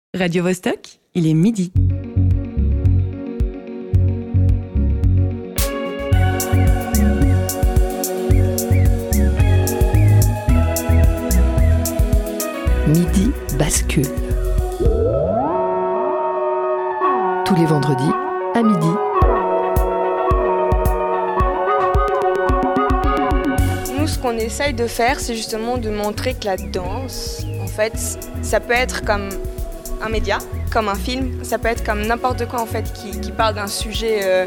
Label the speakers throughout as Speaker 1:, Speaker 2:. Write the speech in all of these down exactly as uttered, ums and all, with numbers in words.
Speaker 1: Radio Vostok, il est midi.
Speaker 2: Midi bascule. Tous les vendredis à midi.
Speaker 3: Nous, ce qu'on essaye de faire, c'est justement de montrer que la danse, en fait, ça peut être comme un média, comme un film, ça peut être comme n'importe quoi en fait qui, qui parle d'un sujet euh,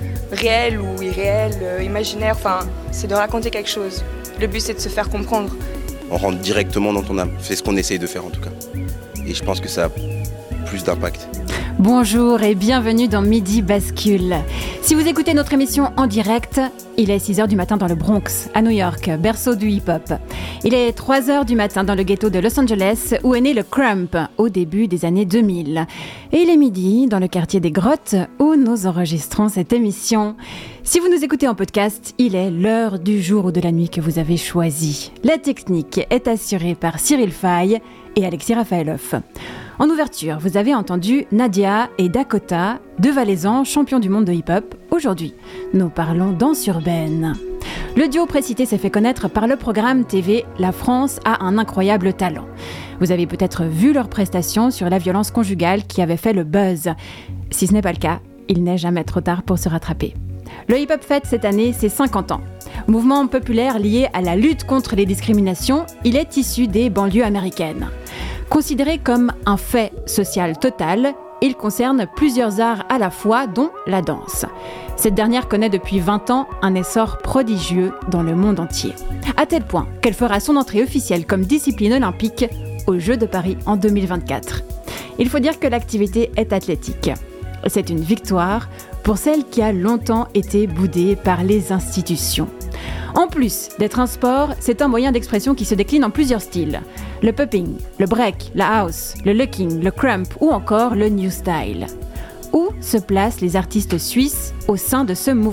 Speaker 3: réel ou irréel, euh, imaginaire, enfin, c'est de raconter quelque chose. Le but, c'est de se faire comprendre.
Speaker 4: On rentre directement dans ton âme, c'est ce qu'on essaye de faire en tout cas. Et je pense que ça a plus d'impact.
Speaker 5: Bonjour et bienvenue dans Midi Bascule. Si vous écoutez notre émission en direct, il est six heures du matin dans le Bronx, à New York, berceau du hip-hop. Il est trois heures du matin dans le ghetto de Los Angeles, où est né le crump au début des années deux mille. Et il est midi dans le quartier des Grottes, où nous enregistrons cette émission. Si vous nous écoutez en podcast, il est l'heure du jour ou de la nuit que vous avez choisi. La technique est assurée par Cyril Faye et Alexis Rafaelov. En ouverture, vous avez entendu Nadia et Dakota, deux Valaisans champions du monde de hip-hop. Aujourd'hui, nous parlons danse urbaine. Le duo précité s'est fait connaître par le programme T V « La France a un incroyable talent ». Vous avez peut-être vu leurs prestations sur la violence conjugale qui avait fait le buzz. Si ce n'est pas le cas, il n'est jamais trop tard pour se rattraper. Le hip-hop fête cette année ses cinquante ans. Mouvement populaire lié à la lutte contre les discriminations, il est issu des banlieues américaines. Considéré comme un fait social total, il concerne plusieurs arts à la fois, dont la danse. Cette dernière connaît depuis vingt ans un essor prodigieux dans le monde entier. À tel point qu'elle fera son entrée officielle comme discipline olympique aux Jeux de Paris en deux mille vingt-quatre. Il faut dire que l'activité est athlétique. C'est une victoire pour celle qui a longtemps été boudée par les institutions. En plus d'être un sport, c'est un moyen d'expression qui se décline en plusieurs styles. Le popping, le break, la house, le locking, le crump ou encore le new style. Où se placent les artistes suisses au sein de ce mouvement ?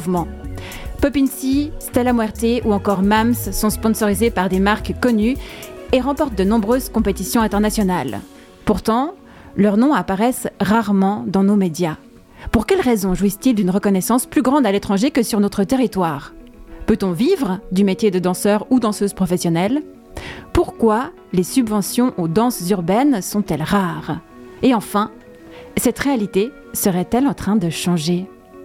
Speaker 5: Popinci, Stella Muerte ou encore Mams sont sponsorisés par des marques connues et remportent de nombreuses compétitions internationales. Pourtant, leurs noms apparaissent rarement dans nos médias. Pour quelles raisons jouissent-ils d'une reconnaissance plus grande à l'étranger que sur notre territoire ? Peut-on vivre du métier de danseur ou danseuse professionnelle ? Pourquoi les subventions aux danses urbaines sont-elles rares ? Et enfin, cette réalité serait-elle en train de changer ?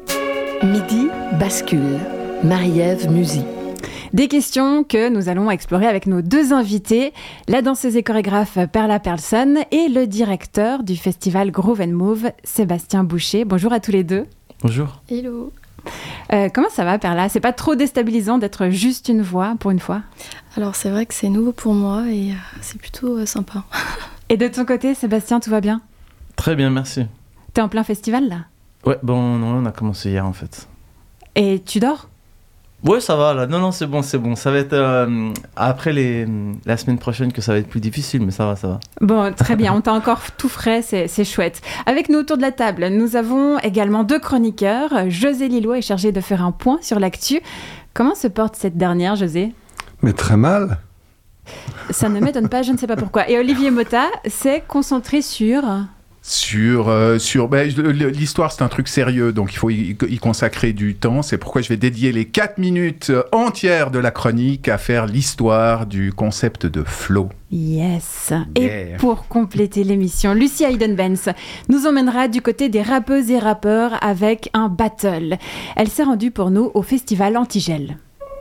Speaker 2: Midi bascule. Marie-Ève Musy.
Speaker 5: Des questions que nous allons explorer avec nos deux invités, la danseuse et chorégraphe Perla Perlson et le directeur du festival Groove and Move, Sébastien Boucher. Bonjour à tous les deux.
Speaker 6: Bonjour.
Speaker 7: Hello.
Speaker 5: Euh, comment ça va, Perla ? C'est pas trop déstabilisant d'être juste une voix pour une fois ?
Speaker 7: Alors c'est vrai que c'est nouveau pour moi et euh, c'est plutôt euh, sympa.
Speaker 5: Et de ton côté, Sébastien, tout va bien ?
Speaker 6: Très bien, merci.
Speaker 5: T'es en plein festival là ?
Speaker 6: Ouais, bon, non, on a commencé hier en fait.
Speaker 5: Et tu dors ?
Speaker 6: Ouais, ça va là. Non, non, c'est bon, c'est bon. Ça va être euh, après les, la semaine prochaine que ça va être plus difficile, mais ça va, ça va.
Speaker 5: Bon, très bien. On t'a encore tout frais, c'est, c'est chouette. Avec nous autour de la table, nous avons également deux chroniqueurs. José Lillo est chargé de faire un point sur l'actu. Comment se porte cette dernière, José ?
Speaker 8: Mais très mal.
Speaker 5: Ça ne m'étonne pas, je ne sais pas pourquoi. Et Olivier Motta s'est concentré sur...
Speaker 9: Sur, euh, sur ben, l'histoire, c'est un truc sérieux, donc il faut y, y consacrer du temps. C'est pourquoi je vais dédier les quatre minutes entières de la chronique à faire l'histoire du concept de flow.
Speaker 5: Yes.
Speaker 9: Yeah.
Speaker 5: Et pour compléter l'émission, Lucie Hayden-Benz nous emmènera du côté des rappeuses et rappeurs avec un battle. Elle s'est rendue pour nous au festival Antigel.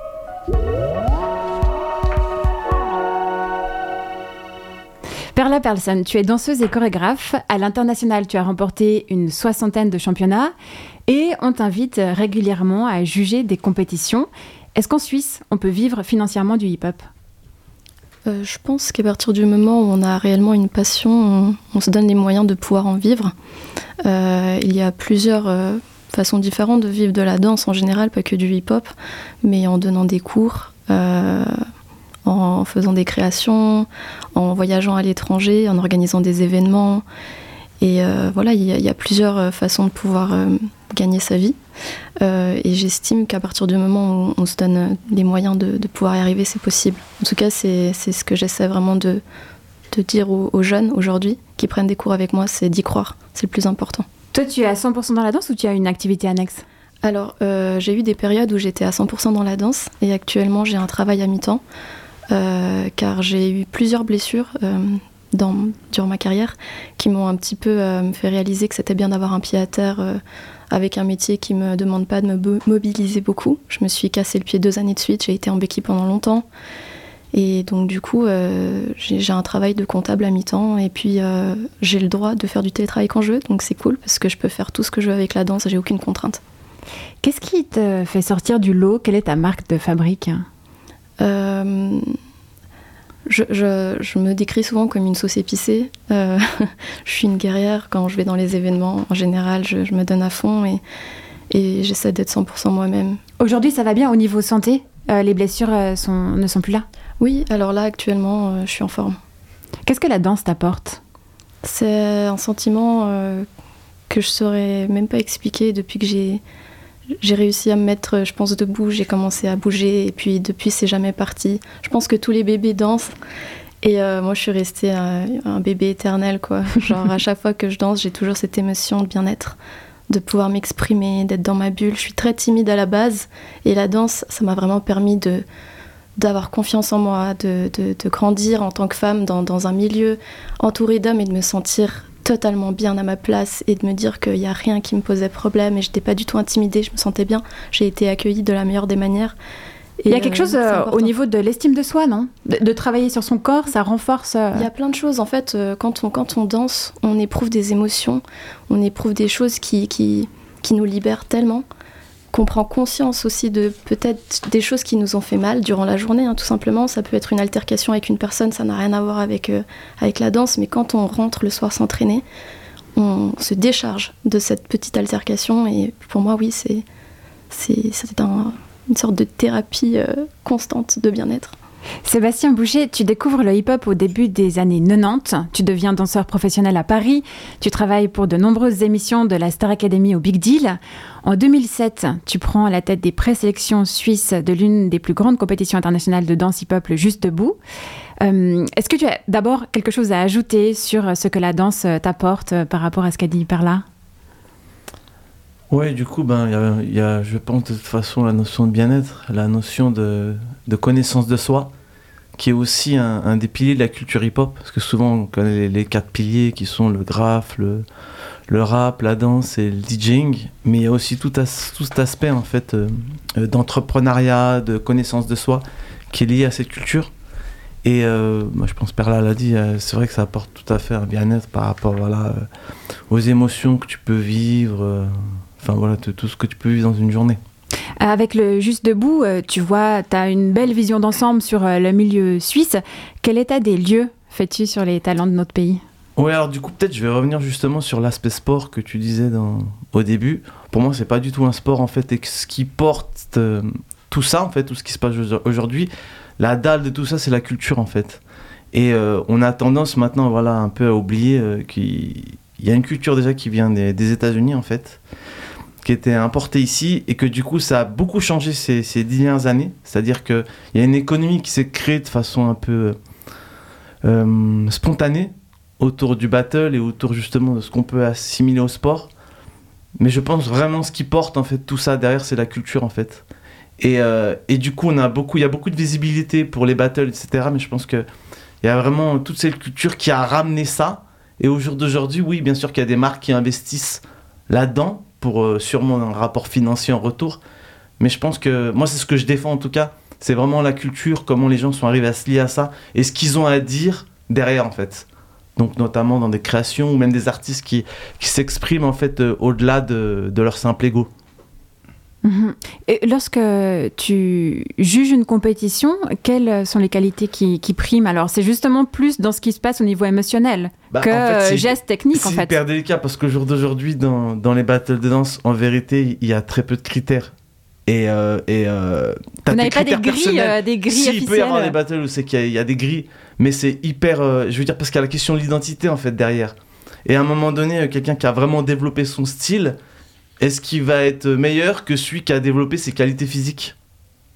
Speaker 5: Perla Perlson, tu es danseuse et chorégraphe. À l'international, tu as remporté une soixantaine de championnats et on t'invite régulièrement à juger des compétitions. Est-ce qu'en Suisse, on peut vivre financièrement du hip-hop ?
Speaker 7: euh, Je pense qu'à partir du moment où on a réellement une passion, on, on se donne les moyens de pouvoir en vivre. Euh, il y a plusieurs euh, façons différentes de vivre de la danse en général, pas que du hip-hop, mais en donnant des cours... Euh, en faisant des créations, en voyageant à l'étranger, en organisant des événements. Et euh, voilà, il y, y a plusieurs façons de pouvoir euh, gagner sa vie. Euh, et j'estime qu'à partir du moment où on se donne les moyens de, de pouvoir y arriver, c'est possible. En tout cas, c'est, c'est ce que j'essaie vraiment de, de dire aux, aux jeunes aujourd'hui qui prennent des cours avec moi, c'est d'y croire. C'est le plus important.
Speaker 5: Toi, tu es à cent pour cent dans la danse ou tu as une activité annexe ?
Speaker 7: Alors, euh, j'ai eu des périodes où j'étais à cent pour cent dans la danse et actuellement, j'ai un travail à mi-temps euh, car j'ai eu plusieurs blessures euh, dans, durant ma carrière qui m'ont un petit peu euh, fait réaliser que c'était bien d'avoir un pied à terre euh, avec un métier qui ne me demande pas de me bo- mobiliser beaucoup. Je me suis cassé le pied deux années de suite, j'ai été en béquille pendant longtemps. Et donc du coup, euh, j'ai, j'ai un travail de comptable à mi-temps et puis euh, j'ai le droit de faire du télétravail quand je veux, donc c'est cool parce que je peux faire tout ce que je veux avec la danse, j'ai aucune contrainte.
Speaker 5: Qu'est-ce qui te fait sortir du lot ? Quelle est ta marque de fabrique ?
Speaker 7: euh, je, je, je me décris souvent comme une sauce épicée. Euh, je suis une guerrière quand je vais dans les événements. En général, je, je me donne à fond et, et j'essaie d'être cent pour cent moi-même.
Speaker 5: Aujourd'hui, ça va bien au niveau santé ? euh, Les blessures euh, sont, ne sont plus là ?
Speaker 7: Oui, alors là, actuellement, euh, je suis en forme.
Speaker 5: Qu'est-ce que la danse t'apporte ?
Speaker 7: C'est un sentiment euh, que je saurais même pas expliquer depuis que j'ai... J'ai réussi à me mettre, je pense, debout, j'ai commencé à bouger et puis depuis, c'est jamais parti. Je pense que tous les bébés dansent et euh, moi, je suis restée un, un bébé éternel, quoi. Genre, à chaque fois que je danse, j'ai toujours cette émotion de bien-être, de pouvoir m'exprimer, d'être dans ma bulle. Je suis très timide à la base et la danse, ça m'a vraiment permis de, d'avoir confiance en moi, de, de, de grandir en tant que femme dans, dans un milieu entouré d'hommes et de me sentir totalement bien à ma place et de me dire qu'il n'y a rien qui me posait problème et je n'étais pas du tout intimidée, je me sentais bien, j'ai été accueillie de la meilleure des manières. Et il
Speaker 5: y a quelque euh, chose euh, au niveau de l'estime de soi, non ? de, de travailler sur son corps, ça renforce... Euh...
Speaker 7: Il y a plein de choses, en fait, euh, quand, on, quand on danse, on éprouve des émotions, on éprouve des choses qui, qui, qui nous libèrent tellement, qu'on prend conscience aussi de peut-être des choses qui nous ont fait mal durant la journée, hein, tout simplement. Ça peut être une altercation avec une personne, ça n'a rien à voir avec, euh, avec la danse, mais quand on rentre le soir s'entraîner, on se décharge de cette petite altercation et pour moi, oui, c'est, c'est, c'est un, une sorte de thérapie euh, constante de bien-être.
Speaker 5: Sébastien Boucher, tu découvres le hip-hop au début des années quatre-vingt-dix. Tu deviens danseur professionnel à Paris. Tu travailles pour de nombreuses émissions de la Star Academy au Big Deal. En deux mille sept, tu prends la tête des présélections suisses de l'une des plus grandes compétitions internationales de danse hip-hop, le Juste Debout. Euh, est-ce que tu as d'abord quelque chose à ajouter sur ce que la danse t'apporte par rapport à ce qu'a dit Perla ?
Speaker 6: Oui, du coup, ben, y a, y a, je pense de toute façon la notion de bien-être, la notion de, de connaissance de soi, qui est aussi un, un des piliers de la culture hip-hop, parce que souvent on connaît les, les quatre piliers qui sont le graphe, le, le rap, la danse et le DJing, mais il y a aussi tout, as, tout cet aspect en fait euh, d'entrepreneuriat, de connaissance de soi, qui est lié à cette culture. Et euh, moi, je pense Perla l'a dit, euh, c'est vrai que ça apporte tout à fait un bien-être par rapport voilà, euh, aux émotions que tu peux vivre. Euh, Enfin voilà, tout ce que tu peux vivre dans une journée.
Speaker 5: Avec le Juste Debout, tu vois, tu as une belle vision d'ensemble sur le milieu suisse. Quel état des lieux fais-tu sur les talents de notre pays ?
Speaker 6: Oui, alors du coup, peut-être je vais revenir justement sur l'aspect sport que tu disais dans, au début. Pour moi, c'est pas du tout un sport en fait, et ce qui porte euh, tout ça, en fait, tout ce qui se passe aujourd'hui, la dalle de tout ça, c'est la culture en fait. Et euh, on a tendance maintenant, voilà, un peu à oublier euh, qu'il y a une culture déjà qui vient des, des États-Unis en fait, qui était importé ici et que du coup ça a beaucoup changé ces, ces dix dernières années. C'est-à-dire qu'il y a une économie qui s'est créée de façon un peu euh, spontanée autour du battle et autour justement de ce qu'on peut assimiler au sport. Mais je pense vraiment ce qui porte en fait tout ça derrière, c'est la culture en fait. Et, euh, et du coup on a beaucoup, il y a beaucoup de visibilité pour les battles, et cetera. Mais je pense qu'il y a vraiment toute cette culture qui a ramené ça. Et au jour d'aujourd'hui, oui, bien sûr qu'il y a des marques qui investissent là-dedans pour euh, sûrement un rapport financier en retour. Mais je pense que, moi c'est ce que je défends en tout cas, c'est vraiment la culture, comment les gens sont arrivés à se lier à ça, et ce qu'ils ont à dire derrière en fait. Donc notamment dans des créations, ou même des artistes qui, qui s'expriment en fait euh, au-delà de, de leur simple ego.
Speaker 5: Mmh. Et lorsque tu juges une compétition, quelles sont les qualités qui, qui priment ? Alors c'est justement plus dans ce qui se passe au niveau émotionnel bah, que en fait, geste technique en fait.
Speaker 6: C'est hyper délicat parce qu'au jour d'aujourd'hui, dans, dans les battles de danse, en vérité, il y a très peu de critères. Et, euh, et euh,
Speaker 5: vous n'avez pas des grilles, euh, des grilles
Speaker 6: si,
Speaker 5: officielles ?
Speaker 6: Il peut y avoir des battles où c'est qu'il y a, il y a des grilles, mais c'est hyper, euh, je veux dire, parce qu'il y a la question de l'identité en fait derrière. Et à un moment donné, quelqu'un qui a vraiment développé son style, est-ce qu'il va être meilleur que celui qui a développé ses qualités physiques ?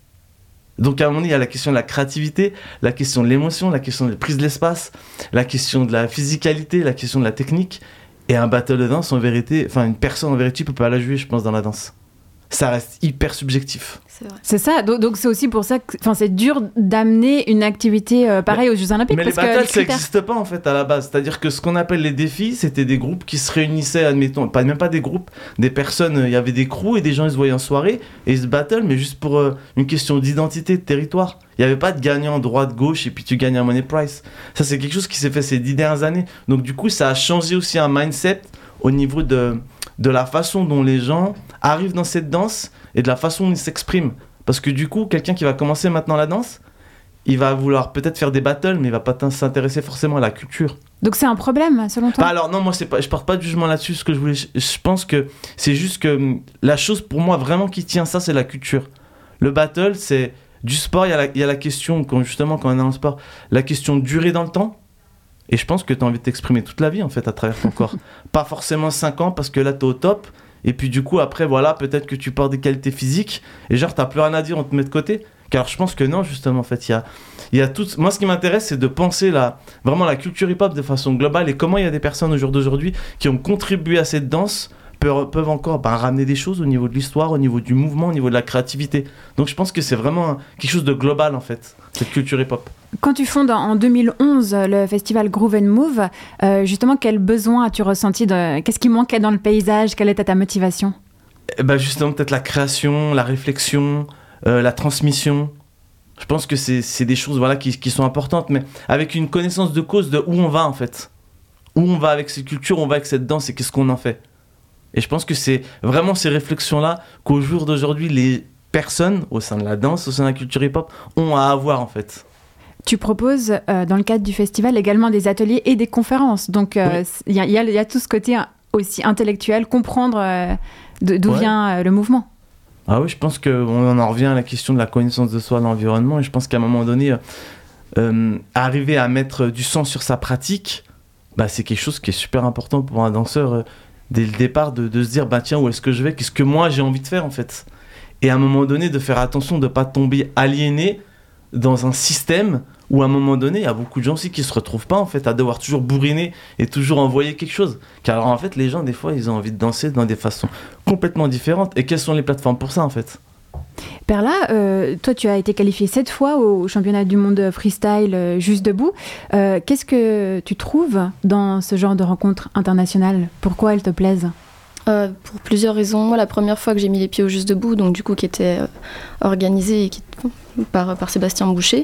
Speaker 6: Donc à un moment donné, il y a la question de la créativité, la question de l'émotion, la question de la prise de l'espace, la question de la physicalité, la question de la technique. Et un battle de danse, en vérité, enfin une personne en vérité peut pas la jouer, je pense, dans la danse. Ça reste hyper subjectif.
Speaker 7: C'est vrai.
Speaker 5: C'est ça, donc, donc c'est aussi pour ça que c'est dur d'amener une activité euh, pareille
Speaker 6: mais,
Speaker 5: aux Jeux Olympiques.
Speaker 6: Mais
Speaker 5: parce
Speaker 6: les battles,
Speaker 5: que les
Speaker 6: ça
Speaker 5: critères...
Speaker 6: n'existe pas en fait à la base. C'est-à-dire que ce qu'on appelle les défis, c'était des groupes qui se réunissaient, admettons, pas, même pas des groupes, des personnes, il y avait des crews et des gens ils se voyaient en soirée et ils se battle, mais juste pour euh, une question d'identité, de territoire. Il n'y avait pas de gagnant droite-gauche et puis tu gagnes un money prize. Ça, c'est quelque chose qui s'est fait ces dix dernières années. Donc du coup, ça a changé aussi un mindset au niveau de, de la façon dont les gens arrivent dans cette danse et de la façon dont ils s'expriment. Parce que du coup, quelqu'un qui va commencer maintenant la danse, il va vouloir peut-être faire des battles, mais il va pas s'intéresser forcément à la culture.
Speaker 5: Donc c'est un problème, selon toi ?
Speaker 6: Bah alors non, moi c'est pas, je porte pas de jugement là-dessus. Ce que je voulais, je, je pense que c'est juste que la chose pour moi vraiment qui tient ça, c'est la culture. Le battle, c'est du sport. Il y a la, il y a la question, quand, justement quand on est dans le sport, la question de durer dans le temps. Et je pense que tu as envie de t'exprimer toute la vie en fait à travers ton corps. Pas forcément cinq ans parce que là t'es au top. Et puis du coup après voilà, peut-être que tu portes des qualités physiques et genre t'as plus rien à dire, on te met de côté. Car je pense que non, justement en fait il y a, il y a tout. Moi ce qui m'intéresse c'est de penser la, vraiment la culture hip-hop de façon globale et comment il y a des personnes au jour d'aujourd'hui qui ont contribué à cette danse peuvent, peuvent encore bah, ramener des choses au niveau de l'histoire, au niveau du mouvement, au niveau de la créativité. Donc je pense que c'est vraiment un, quelque chose de global en fait, cette culture hip-hop.
Speaker 5: Quand tu fondes en deux mille onze le festival Groove and Move, euh, justement, quel besoin as-tu ressenti de... Qu'est-ce qui manquait dans le paysage ? Quelle était ta motivation ?
Speaker 6: Eh ben justement, peut-être la création, la réflexion, euh, la transmission. Je pense que c'est, c'est des choses voilà, qui, qui sont importantes, mais avec une connaissance de cause de où on va en fait. Où on va avec cette culture, où on va avec cette danse et qu'est-ce qu'on en fait. Et je pense que c'est vraiment ces réflexions-là qu'au jour d'aujourd'hui, les personnes au sein de la danse, au sein de la culture hip-hop, ont à avoir en fait.
Speaker 5: Tu proposes, euh, dans le cadre du festival, également des ateliers et des conférences. Donc, il euh, oui. y, y, y a tout ce côté aussi intellectuel, comprendre euh, de, d'où ouais. vient euh, le mouvement.
Speaker 6: Ah oui, je pense qu'on en revient à la question de la connaissance de soi, de l'environnement. Et je pense qu'à un moment donné, euh, euh, arriver à mettre du sens sur sa pratique, bah, c'est quelque chose qui est super important pour un danseur, euh, dès le départ, de, de se dire, bah, tiens, où est-ce que je vais ? Qu'est-ce que moi, j'ai envie de faire, en fait ? Et à un moment donné, de faire attention de ne pas tomber aliéné dans un système où à un moment donné, il y a beaucoup de gens aussi qui se retrouvent pas en fait à devoir toujours bourriner et toujours envoyer quelque chose. Car en fait, les gens des fois, ils ont envie de danser dans des façons complètement différentes. Et quelles sont les plateformes pour ça en fait ?
Speaker 5: Perla, euh, toi tu as été qualifiée sept fois au championnat du monde freestyle euh, Juste Debout. Euh, qu'est-ce que tu trouves dans ce genre de rencontres internationales ? Pourquoi elles te plaisent ?
Speaker 7: Euh, pour plusieurs raisons. Moi, la première fois que j'ai mis les pieds au Juste Debout, donc du coup qui était euh, organisé et qui, par, par Sébastien Boucher,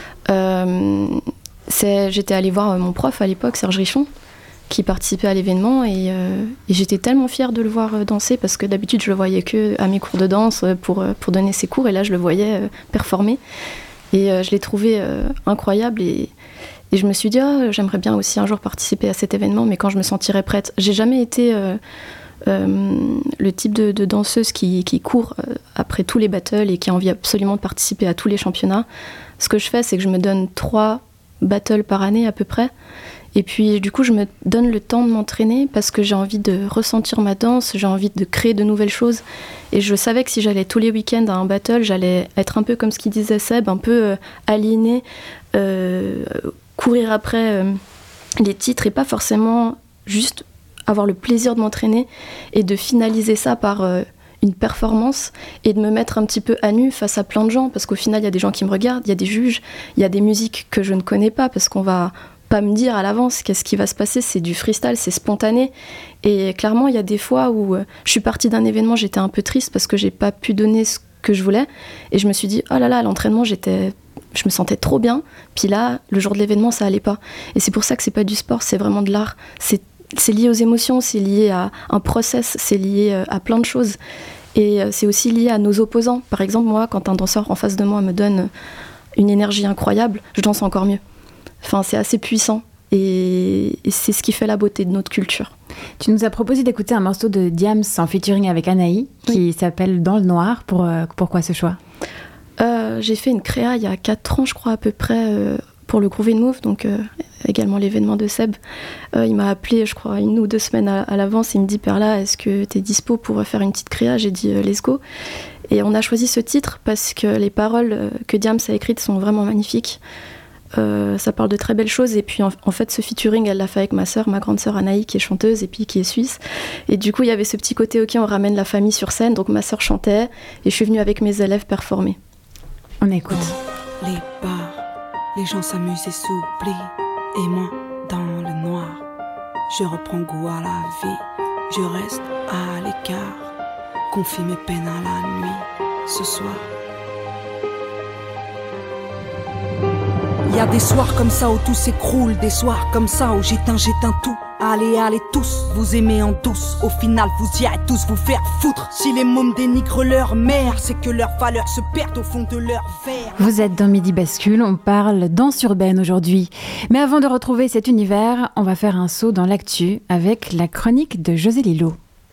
Speaker 7: euh, c'est, j'étais allée voir mon prof à l'époque, Serge Richon, qui participait à l'événement et, euh, et j'étais tellement fière de le voir danser parce que d'habitude je le voyais que à mes cours de danse pour, pour donner ses cours et là je le voyais euh, performer et euh, je l'ai trouvé euh, incroyable et, et je me suis dit oh, j'aimerais bien aussi un jour participer à cet événement mais quand je me sentirais prête. J'ai jamais été euh, euh, le type de, de danseuse qui, qui court euh, après tous les battles et qui a envie absolument de participer à tous les championnats. Ce que je fais c'est que je me donne trois battles par année à peu près. Et puis du coup je me donne le temps de m'entraîner parce que j'ai envie de ressentir ma danse, j'ai envie de créer de nouvelles choses et je savais que si j'allais tous les week-ends à un battle, j'allais être un peu comme ce qu'il disait Seb, un peu euh, aliénée, euh, courir après euh, les titres et pas forcément juste avoir le plaisir de m'entraîner et de finaliser ça par euh, une performance et de me mettre un petit peu à nu face à plein de gens parce qu'au final il y a des gens qui me regardent, il y a des juges, il y a des musiques que je ne connais pas parce qu'on va pas me dire à l'avance qu'est-ce qui va se passer, c'est du freestyle, c'est spontané et clairement il y a des fois où euh, je suis partie d'un événement, j'étais un peu triste parce que j'ai pas pu donner ce que je voulais et je me suis dit oh là là à l'entraînement j'étais, je me sentais trop bien puis là le jour de l'événement ça allait pas et c'est pour ça que c'est pas du sport, c'est vraiment de l'art, c'est, c'est lié aux émotions, c'est lié à un process, c'est lié euh, à plein de choses et euh, c'est aussi lié à nos opposants. Par exemple moi quand un danseur en face de moi me donne une énergie incroyable, je danse encore mieux. Enfin, c'est assez puissant et, et c'est ce qui fait la beauté de notre culture.
Speaker 5: Tu nous as proposé d'écouter un morceau de Diams en featuring avec Anaï qui oui. s'appelle Dans le Noir. Pour, euh, pourquoi ce choix ?
Speaker 7: euh, J'ai fait une créa il y a quatre ans, je crois à peu près, euh, pour le Groovin' Move, donc euh, également l'événement de Seb. Euh, il m'a appelé, je crois, une ou deux semaines à, à l'avance. Il me dit, Perla, est-ce que t'es dispo pour faire une petite créa? J'ai dit, euh, let's go. Et on a choisi ce titre parce que les paroles que Diams a écrites sont vraiment magnifiques. Euh, ça parle de très belles choses, et puis en, en fait ce featuring elle l'a fait avec ma sœur, ma grande sœur Anaï, qui est chanteuse et puis qui est suisse, et du coup il y avait ce petit côté ok, on ramène la famille sur scène, donc ma sœur chantait et je suis venue avec mes élèves performer.
Speaker 5: On écoute.
Speaker 8: Dans les bars, les gens s'amusent et s'oublient, et moi dans le noir, je reprends goût à la vie, je reste à l'écart, confie mes peines à la nuit, ce soir. Y a des soirs comme ça où tout s'écroule, des soirs comme ça où j'éteins, j'éteins tout. Allez, allez tous, vous aimez en douce, au final vous irez tous vous faire foutre. Si les mômes dénigrent leur mère, c'est que leurs valeurs se perdent au fond de leur verre.
Speaker 5: Vous êtes dans Midi Bascule, on parle danse urbaine aujourd'hui. Mais avant de retrouver cet univers, on va faire un saut dans l'actu avec la chronique de José Lillo.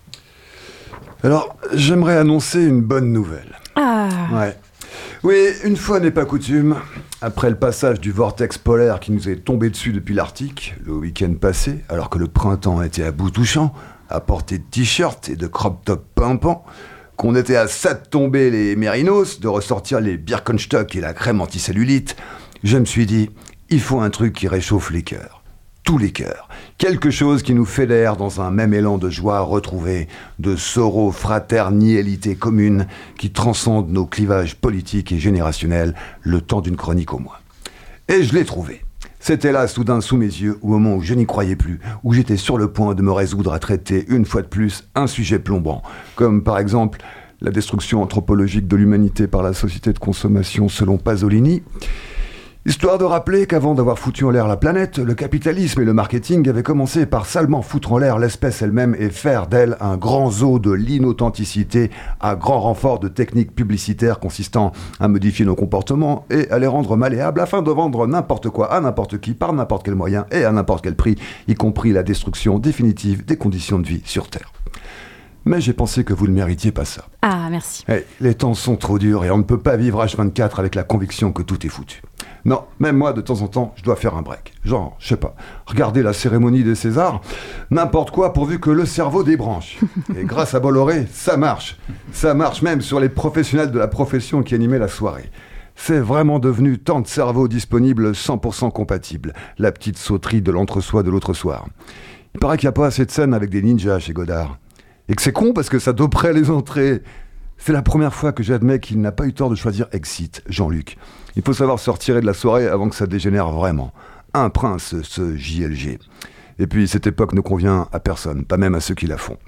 Speaker 10: Alors, j'aimerais annoncer une bonne nouvelle.
Speaker 5: Ah
Speaker 10: Ouais. Oui, une fois n'est pas coutume, après le passage du vortex polaire qui nous est tombé dessus depuis l'Arctique, le week-end passé, alors que le printemps était à bout touchant, à portée de t-shirts et de crop-top pimpants, qu'on était à ça de tomber les mérinos, de ressortir les Birkenstock et la crème anticellulite, je me suis dit, il faut un truc qui réchauffe les cœurs. Tous les cœurs. Quelque chose qui nous fédère dans un même élan de joie retrouvée, de soro-fraternité commune qui transcende nos clivages politiques et générationnels, le temps d'une chronique au moins. Et je l'ai trouvé. C'était là, soudain, sous mes yeux, au moment où je n'y croyais plus, où j'étais sur le point de me résoudre à traiter, une fois de plus, un sujet plombant, comme par exemple la destruction anthropologique de l'humanité par la société de consommation selon Pasolini. Histoire de rappeler qu'avant d'avoir foutu en l'air la planète, le capitalisme et le marketing avaient commencé par salement foutre en l'air l'espèce elle-même et faire d'elle un grand zoo de l'inauthenticité à grand renfort de techniques publicitaires consistant à modifier nos comportements et à les rendre malléables afin de vendre n'importe quoi à n'importe qui par n'importe quel moyen et à n'importe quel prix, y compris la destruction définitive des conditions de vie sur Terre. Mais j'ai pensé que vous ne méritiez pas ça.
Speaker 5: Ah, merci.
Speaker 10: Hey, les temps sont trop durs et on ne peut pas vivre H vingt-quatre avec la conviction que tout est foutu. Non, même moi, de temps en temps, je dois faire un break. Genre, je sais pas, regarder la cérémonie des Césars, n'importe quoi pourvu que le cerveau débranche. Et grâce à Bolloré, ça marche. Ça marche même sur les professionnels de la profession qui animaient la soirée. C'est vraiment devenu tant de cerveaux disponibles cent pour cent compatibles. La petite sauterie de l'entre-soi de l'autre soir. Il paraît qu'il n'y a pas assez de scènes avec des ninjas chez Godard. Et que c'est con parce que ça doperait les entrées. C'est la première fois que j'admets qu'il n'a pas eu tort de choisir Exit, Jean-Luc. Il faut savoir se retirer de la soirée avant que ça dégénère vraiment. Un prince, ce J L G. Et puis, cette époque ne convient à personne, pas même à ceux qui la font.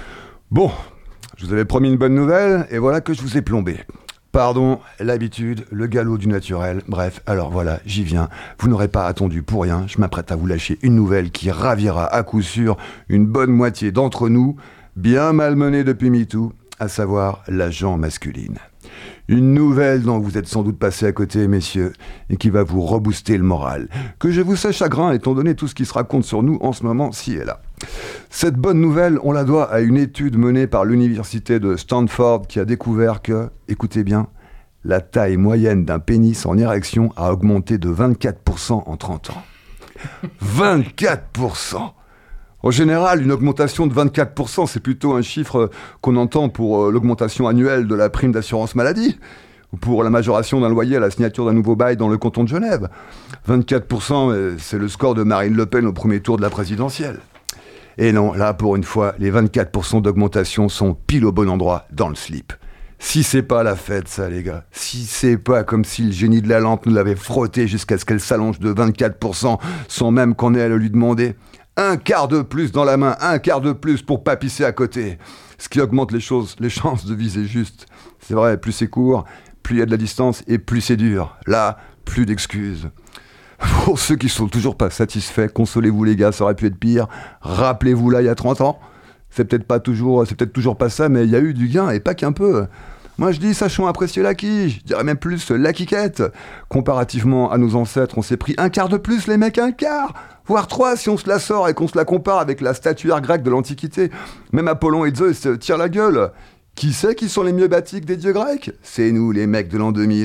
Speaker 10: Bon, je vous avais promis une bonne nouvelle, et voilà que je vous ai plombé. Pardon, l'habitude, le galop du naturel, bref, alors voilà, j'y viens. Vous n'aurez pas attendu pour rien, je m'apprête à vous lâcher une nouvelle qui ravira à coup sûr une bonne moitié d'entre nous, bien malmenés depuis MeToo, à savoir l'agent masculine. Une nouvelle dont vous êtes sans doute passés à côté, messieurs, et qui va vous rebooster le moral. Que je vous sais chagrin, étant donné tout ce qui se raconte sur nous en ce moment, ci et là. Cette bonne nouvelle, on la doit à une étude menée par l'université de Stanford qui a découvert que, écoutez bien, la taille moyenne d'un pénis en érection a augmenté de vingt-quatre pour cent en trente ans. vingt-quatre pour cent! En général, une augmentation de vingt-quatre pour cent, c'est plutôt un chiffre qu'on entend pour euh, l'augmentation annuelle de la prime d'assurance maladie, ou pour la majoration d'un loyer à la signature d'un nouveau bail dans le canton de Genève. vingt-quatre pour cent, euh, c'est le score de Marine Le Pen au premier tour de la présidentielle. Et non, là, pour une fois, les vingt-quatre pour cent d'augmentation sont pile au bon endroit, dans le slip. Si c'est pas la fête, ça, les gars. Si c'est pas comme si le génie de la lampe nous l'avait frotté jusqu'à ce qu'elle s'allonge de vingt-quatre pour cent, sans même qu'on ait à le lui demander. Un quart de plus dans la main, un quart de plus pour pas pisser à côté. Ce qui augmente les choses, les chances de viser juste. C'est vrai, plus c'est court, plus il y a de la distance et plus c'est dur. Là, plus d'excuses. Pour ceux qui sont toujours pas satisfaits, consolez-vous les gars, ça aurait pu être pire. Rappelez-vous là, il y a trente ans. C'est peut-être pas toujours, c'est peut-être toujours pas ça, mais il y a eu du gain et pas qu'un peu. Moi je dis, sachons apprécier la quille, je dirais même plus la quiquette. Comparativement à nos ancêtres, on s'est pris un quart de plus, les mecs, un quart, voire trois si on se la sort et qu'on se la compare avec la statuaire grecque de l'Antiquité. Même Apollon et Zeus tirent la gueule. Qui sait qui sont les mieux bâtis que des dieux grecs ? C'est nous, les mecs de l'an deux mille.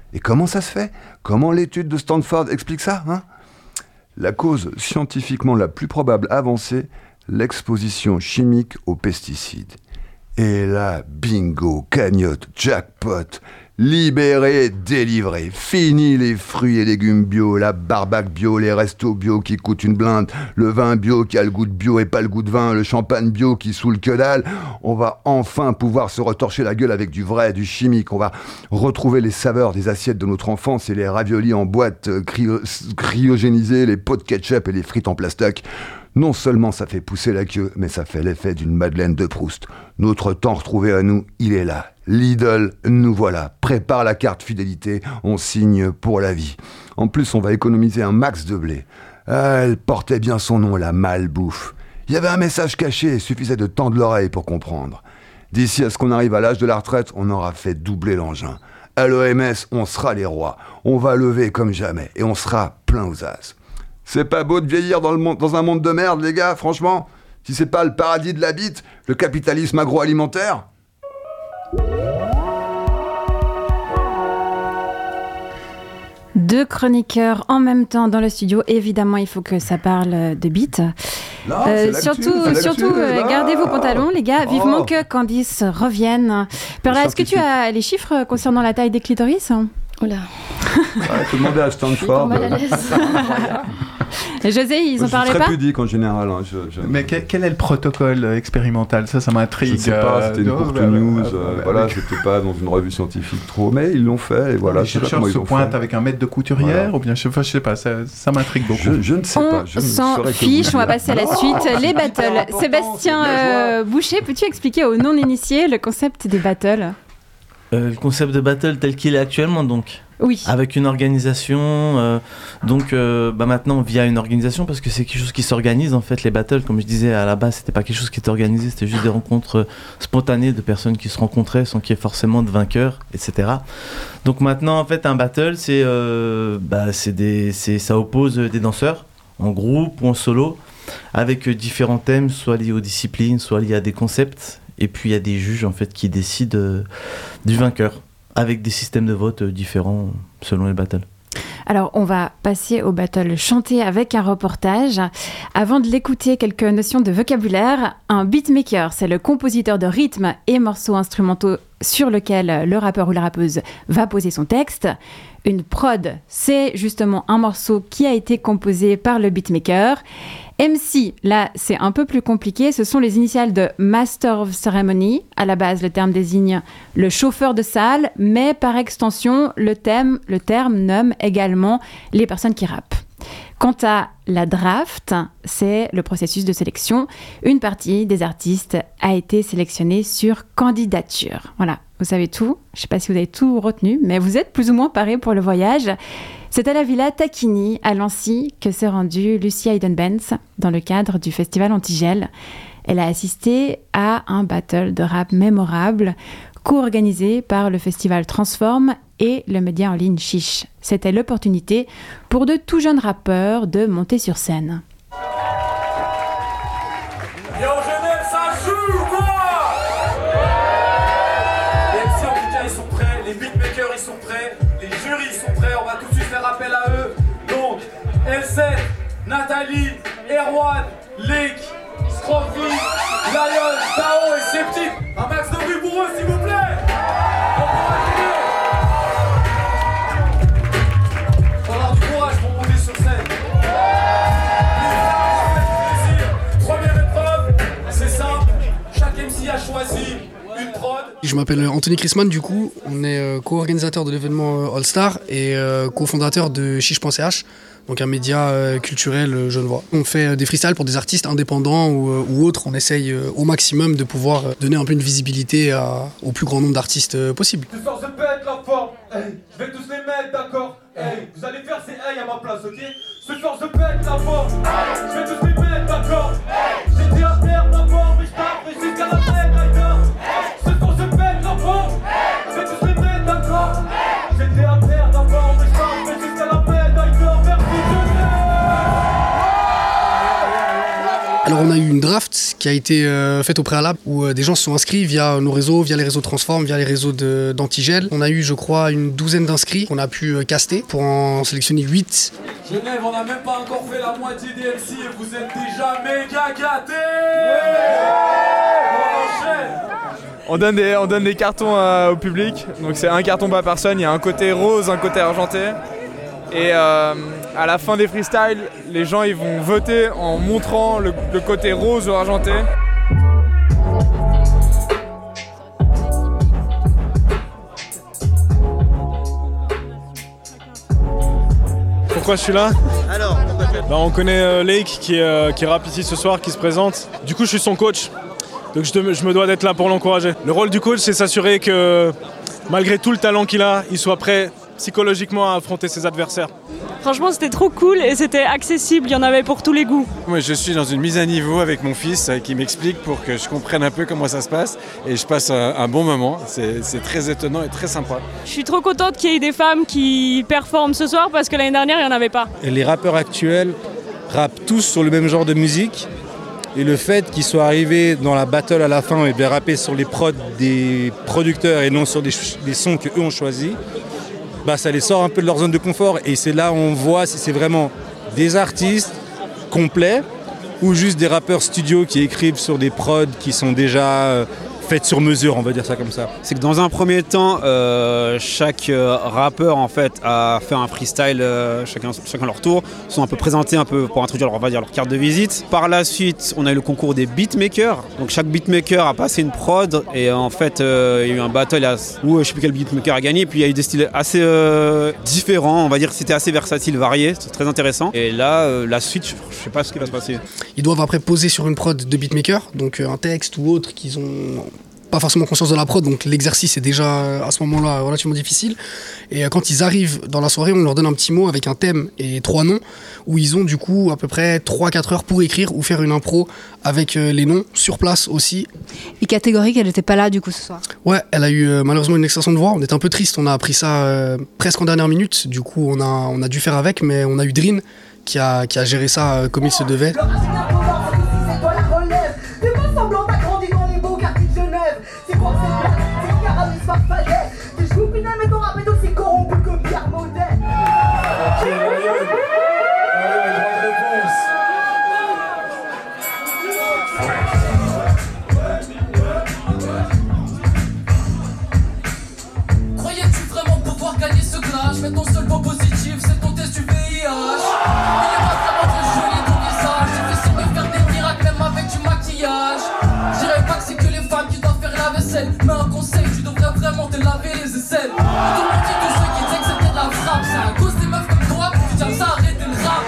Speaker 10: Et comment ça se fait ? Comment l'étude de Stanford explique ça, hein ? La cause scientifiquement la plus probable avancée, l'exposition chimique aux pesticides. Et là, bingo, cagnotte, jackpot, libéré, délivré, fini les fruits et légumes bio, la barbaque bio, les restos bio qui coûtent une blinde, le vin bio qui a le goût de bio et pas le goût de vin, le champagne bio qui saoule que dalle. On va enfin pouvoir se retorcher la gueule avec du vrai, du chimique. On va retrouver les saveurs des assiettes de notre enfance et les raviolis en boîte euh, cryo- cryogénisés, les pots de ketchup et les frites en plastoc. Non seulement ça fait pousser la queue, mais ça fait l'effet d'une Madeleine de Proust. Notre temps retrouvé à nous, il est là. Lidl, nous voilà. Prépare la carte fidélité, on signe pour la vie. En plus, on va économiser un max de blé. Ah, elle portait bien son nom, la malbouffe. Il y avait un message caché, il suffisait de tendre l'oreille pour comprendre. D'ici à ce qu'on arrive à l'âge de la retraite, on aura fait doubler l'engin. À l'O M S, on sera les rois. On va lever comme jamais et on sera plein aux as. C'est pas beau de vieillir dans, le monde, dans un monde de merde, les gars, franchement. Si c'est pas le paradis de la bite, le capitalisme agroalimentaire.
Speaker 5: Deux chroniqueurs en même temps dans le studio. Évidemment, il faut que ça parle de beat.
Speaker 10: Là,
Speaker 5: Euh,
Speaker 10: c'est
Speaker 5: surtout,
Speaker 10: l'actu, c'est
Speaker 5: surtout
Speaker 10: l'actu,
Speaker 5: euh,
Speaker 10: là.
Speaker 5: gardez vos pantalons, les gars.
Speaker 10: Oh.
Speaker 5: Vivement que Candice revienne. Perla, est-ce que tu as les chiffres concernant la taille des clitoris ?
Speaker 7: Oula.
Speaker 10: Ouais, faut demander à Stanford.
Speaker 7: mal à l'aise.
Speaker 5: José, ils en
Speaker 10: Je
Speaker 5: parlaient
Speaker 10: suis
Speaker 5: pas
Speaker 10: très pudique en général. Hein, je, je...
Speaker 9: Mais quel, quel est le protocole euh, expérimental ? Ça, ça m'intrigue.
Speaker 10: Je ne sais pas, c'était une
Speaker 9: euh,
Speaker 10: courte
Speaker 9: bah,
Speaker 10: news,
Speaker 9: bah,
Speaker 10: euh,
Speaker 9: bah,
Speaker 10: voilà,
Speaker 9: bah,
Speaker 10: c'était pas dans une revue scientifique trop, mais ils l'ont fait, et voilà.
Speaker 9: Les
Speaker 10: je sais pas
Speaker 9: chercheurs
Speaker 10: comment ils
Speaker 9: se
Speaker 10: l'ont
Speaker 9: pointent
Speaker 10: fait.
Speaker 9: avec un maître de couturière,
Speaker 10: Voilà.
Speaker 9: ou bien je, enfin, je sais pas, ça, ça m'intrigue beaucoup.
Speaker 10: Je, je ne sais
Speaker 5: On
Speaker 10: pas. Je ne
Speaker 5: s'en
Speaker 10: saurais que
Speaker 5: fiche,
Speaker 10: vous
Speaker 5: on va
Speaker 10: dire.
Speaker 5: passer à la
Speaker 10: Non,
Speaker 5: suite.
Speaker 10: c'est
Speaker 5: Les
Speaker 10: hyper
Speaker 5: battles.
Speaker 10: important,
Speaker 5: Sébastien
Speaker 10: c'est bien
Speaker 5: euh, Boucher, peux-tu expliquer aux non-initiés le concept des battles ?
Speaker 6: Euh, le concept de battle tel qu'il est actuellement, donc.
Speaker 5: Oui.
Speaker 6: Avec une organisation, euh, donc euh, bah maintenant via une organisation, parce que c'est quelque chose qui s'organise en fait. Les battles, comme je disais à la base, c'était pas quelque chose qui était organisé, c'était juste des rencontres euh, spontanées de personnes qui se rencontraient sans qu'il y ait forcément de vainqueurs, et cetera. Donc maintenant en fait un battle, c'est, euh, bah, c'est des, c'est, ça oppose des danseurs en groupe ou en solo, avec euh, différents thèmes, soit liés aux disciplines, soit liés à des concepts, et puis il y a des juges en fait qui décident euh, du vainqueur, avec des systèmes de vote différents selon les battles.
Speaker 5: Alors, on va passer au battle chanté avec un reportage. Avant de l'écouter, quelques notions de vocabulaire. Un beatmaker, c'est le compositeur de rythmes et morceaux instrumentaux sur lequel le rappeur ou la rappeuse va poser son texte. Une prod, c'est justement un morceau qui a été composé par le beatmaker. M C, là, c'est un peu plus compliqué. Ce sont les initiales de Master of Ceremony. À la base, le terme désigne le chauffeur de salle, mais par extension, le, thème, le terme nomme également les personnes qui rappent. Quant à la draft, c'est le processus de sélection. Une partie des artistes a été sélectionnée sur candidature. Voilà, vous savez tout. Je ne sais pas si vous avez tout retenu, mais vous êtes plus ou moins parés pour le voyage. C'est à la Villa Tacchini, à Lancy, que s'est rendue Lucy Hayden-Benz dans le cadre du festival Antigel. Elle a assisté à un battle de rap mémorable, co-organisé par le festival Transform et le média en ligne Chiche. C'était l'opportunité pour de tout jeunes rappeurs de monter sur scène.
Speaker 11: Yo Genève, ça joue quoi? Les M C en tout cas ils sont prêts, les beatmakers ils sont prêts, les jurys ils sont prêts, on va tout de suite faire appel à eux. Donc L sept, Nathalie, Erwan, Lake, Scroffy, Lion, Tao et Sceptique. Un max de bruit pour eux s'il vous plaît. Faut avoir du courage pour monter sur scène. Première épreuve, c'est simple, chaque M C a choisi une prod.
Speaker 12: Je m'appelle Anthony Chrisman, du coup, on est euh, co-organisateur de l'événement All Star et euh, co-fondateur de chiche point c h, donc un média euh, culturel euh, genevois. On fait euh, des freestyles pour des artistes indépendants ou, euh, ou autres, on essaye euh, au maximum de pouvoir euh, donner un peu une visibilité à, au plus grand nombre d'artistes euh, possible.
Speaker 11: Ce soir je pète la forme, hey, je vais tous les mettre d'accord, hey, vous allez faire ces hey à ma place, ok? Ce soir je pète la forme, hey, je vais tous les mettre d'accord, hey, j'étais à terre d'abord mais je taperai jusqu'à la tête d'ailleurs. Ce soir je pète la forme, hey, je vais tous les mettre d'accord, hey, j'étais à terre d'abord mais je taperai jusqu'à la tête d'ailleurs. Merci.
Speaker 12: Alors on a eu une draft qui a été euh, faite au préalable où euh, des gens se sont inscrits via nos réseaux, via les réseaux Transform, via les réseaux de, d'Antigel. On a eu, je crois, une douzaine d'inscrits qu'on a pu euh, caster pour en sélectionner huit.
Speaker 11: Genève, on n'a même pas encore fait la moitié des M C et vous êtes déjà méga gâtés. On enchaîne.
Speaker 13: On donne des, on donne des cartons euh, au public, donc c'est un carton par personne, il y a un côté rose, un côté argenté. Et euh, à la fin des freestyles, les gens ils vont voter en montrant le, le côté rose ou argenté.
Speaker 14: Pourquoi je suis là? Alors, bah, on connaît euh, Lake qui, est, euh, qui rappe ici ce soir, qui se présente. Du coup, je suis son coach. Donc je, te, je me dois d'être là pour l'encourager. Le rôle du coach, c'est s'assurer que malgré tout le talent qu'il a, il soit prêt psychologiquement à affronter ses adversaires.
Speaker 15: Franchement, c'était trop cool et c'était accessible, il y en avait pour tous les goûts.
Speaker 16: Moi, je suis dans une mise à niveau avec mon fils qui m'explique pour que je comprenne un peu comment ça se passe et je passe un, un bon moment. C'est, c'est très étonnant et très sympa.
Speaker 15: Je suis trop contente qu'il y ait des femmes qui performent ce soir parce que l'année dernière, il n'y en avait pas.
Speaker 17: Et les rappeurs actuels rappent tous sur le même genre de musique. Et le fait qu'ils soient arrivés dans la battle à la fin et de rapper sur les prods des producteurs et non sur des, ch- des sons qu'eux ont choisis, bah ça les sort un peu de leur zone de confort. Et c'est là où on voit si c'est vraiment des artistes complets ou juste des rappeurs studio qui écrivent sur des prods qui sont déjà euh, faites sur mesure, on va dire ça comme ça.
Speaker 18: C'est que dans un premier temps, euh, chaque euh, rappeur en fait a fait un freestyle, euh, chacun, chacun leur tour, sont un peu présentés un peu pour introduire, on va dire, leur carte de visite. Par la suite, on a eu le concours des beatmakers. Donc chaque beatmaker a passé une prod et en fait euh, il y a eu un battle où je sais plus quel beatmaker a gagné. Puis il y a eu des styles assez euh, différents, on va dire que c'était assez versatile, varié, c'est très intéressant. Et là, euh, la suite, je, je sais pas ce qui va se passer.
Speaker 12: Ils doivent après poser sur une prod de beatmaker, donc euh, un texte ou autre qu'ils ont pas forcément conscience de la prod, donc l'exercice est déjà à ce moment-là relativement difficile. Et quand ils arrivent dans la soirée, on leur donne un petit mot avec un thème et trois noms, où ils ont du coup à peu près trois à quatre heures pour écrire ou faire une impro avec les noms, sur place aussi.
Speaker 19: Et catégorique, elle n'était pas là du coup ce soir? Ouais,
Speaker 12: elle a eu euh, malheureusement une extension de voix, on était un peu triste, on a appris ça euh, presque en dernière minute, du coup on a, on a dû faire avec, mais on a eu Drin qui a, qui a géré ça euh, comme il se devait.
Speaker 11: Croyais-tu vraiment pouvoir gagner ce clash? Mais ton seul point positif, c'est ton test du V I H. Il est pas vraiment très joli ton visage. Difficile de faire des miracles même avec du maquillage. Je dirais pas que c'est que les femmes qui doivent faire la vaisselle, mais un conseil, tu devrais vraiment te laver les aisselles. Tout le monde dit tous ceux qui disaient que c'était de la frappe. C'est à cause des meufs comme toi que tu tiens ça à arrêter le rap.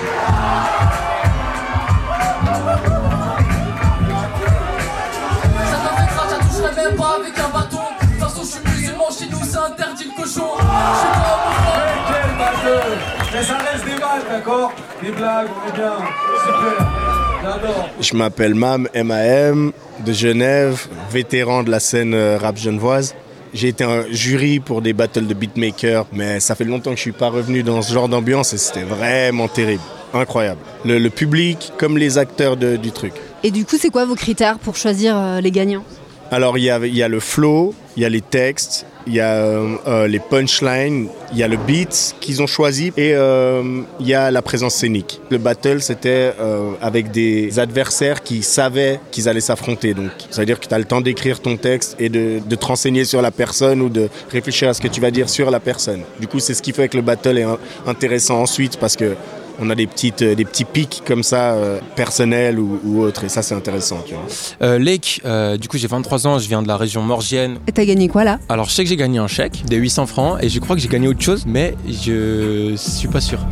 Speaker 11: Ça m'a fait grave, ça toucherait même pas avec un bâton. De toute façon, je suis musulman, chez nous c'est interdit le cochon. Je suis pas homophobe. Quel batteux. Mais ça reste des balles, d'accord? Des blagues, on est bien. Super. J'adore.
Speaker 20: Je m'appelle Mam, M A M, de Genève, vétéran de la scène rap genevoise. J'ai été un jury pour des battles de beatmakers, mais ça fait longtemps que je suis pas revenu dans ce genre d'ambiance et c'était vraiment terrible, incroyable. Le, le public comme les acteurs de, du truc.
Speaker 19: Et du coup, c'est quoi vos critères pour choisir euh, les gagnants?
Speaker 20: Alors il y a, il y a le flow, il y a les textes, il y a euh, euh, les punchlines, il y a le beat qu'ils ont choisi et euh, il y a la présence scénique. Le battle, c'était euh, avec des adversaires qui savaient qu'ils allaient s'affronter. Donc, ça veut dire que tu as le temps d'écrire ton texte et de, de te renseigner sur la personne ou de réfléchir à ce que tu vas dire sur la personne. Du coup, c'est ce qui fait que le battle est intéressant ensuite parce que on a des, petites, des petits pics comme ça, euh, personnels ou, ou autres, et ça c'est intéressant. Tu vois.
Speaker 21: Euh, Lake, euh, du coup j'ai vingt-trois ans, je viens de la région Morgienne.
Speaker 19: Et t'as gagné quoi là?
Speaker 21: Alors je sais que j'ai gagné un chèque de huit cents francs et je crois que j'ai gagné autre chose, mais je suis pas sûr.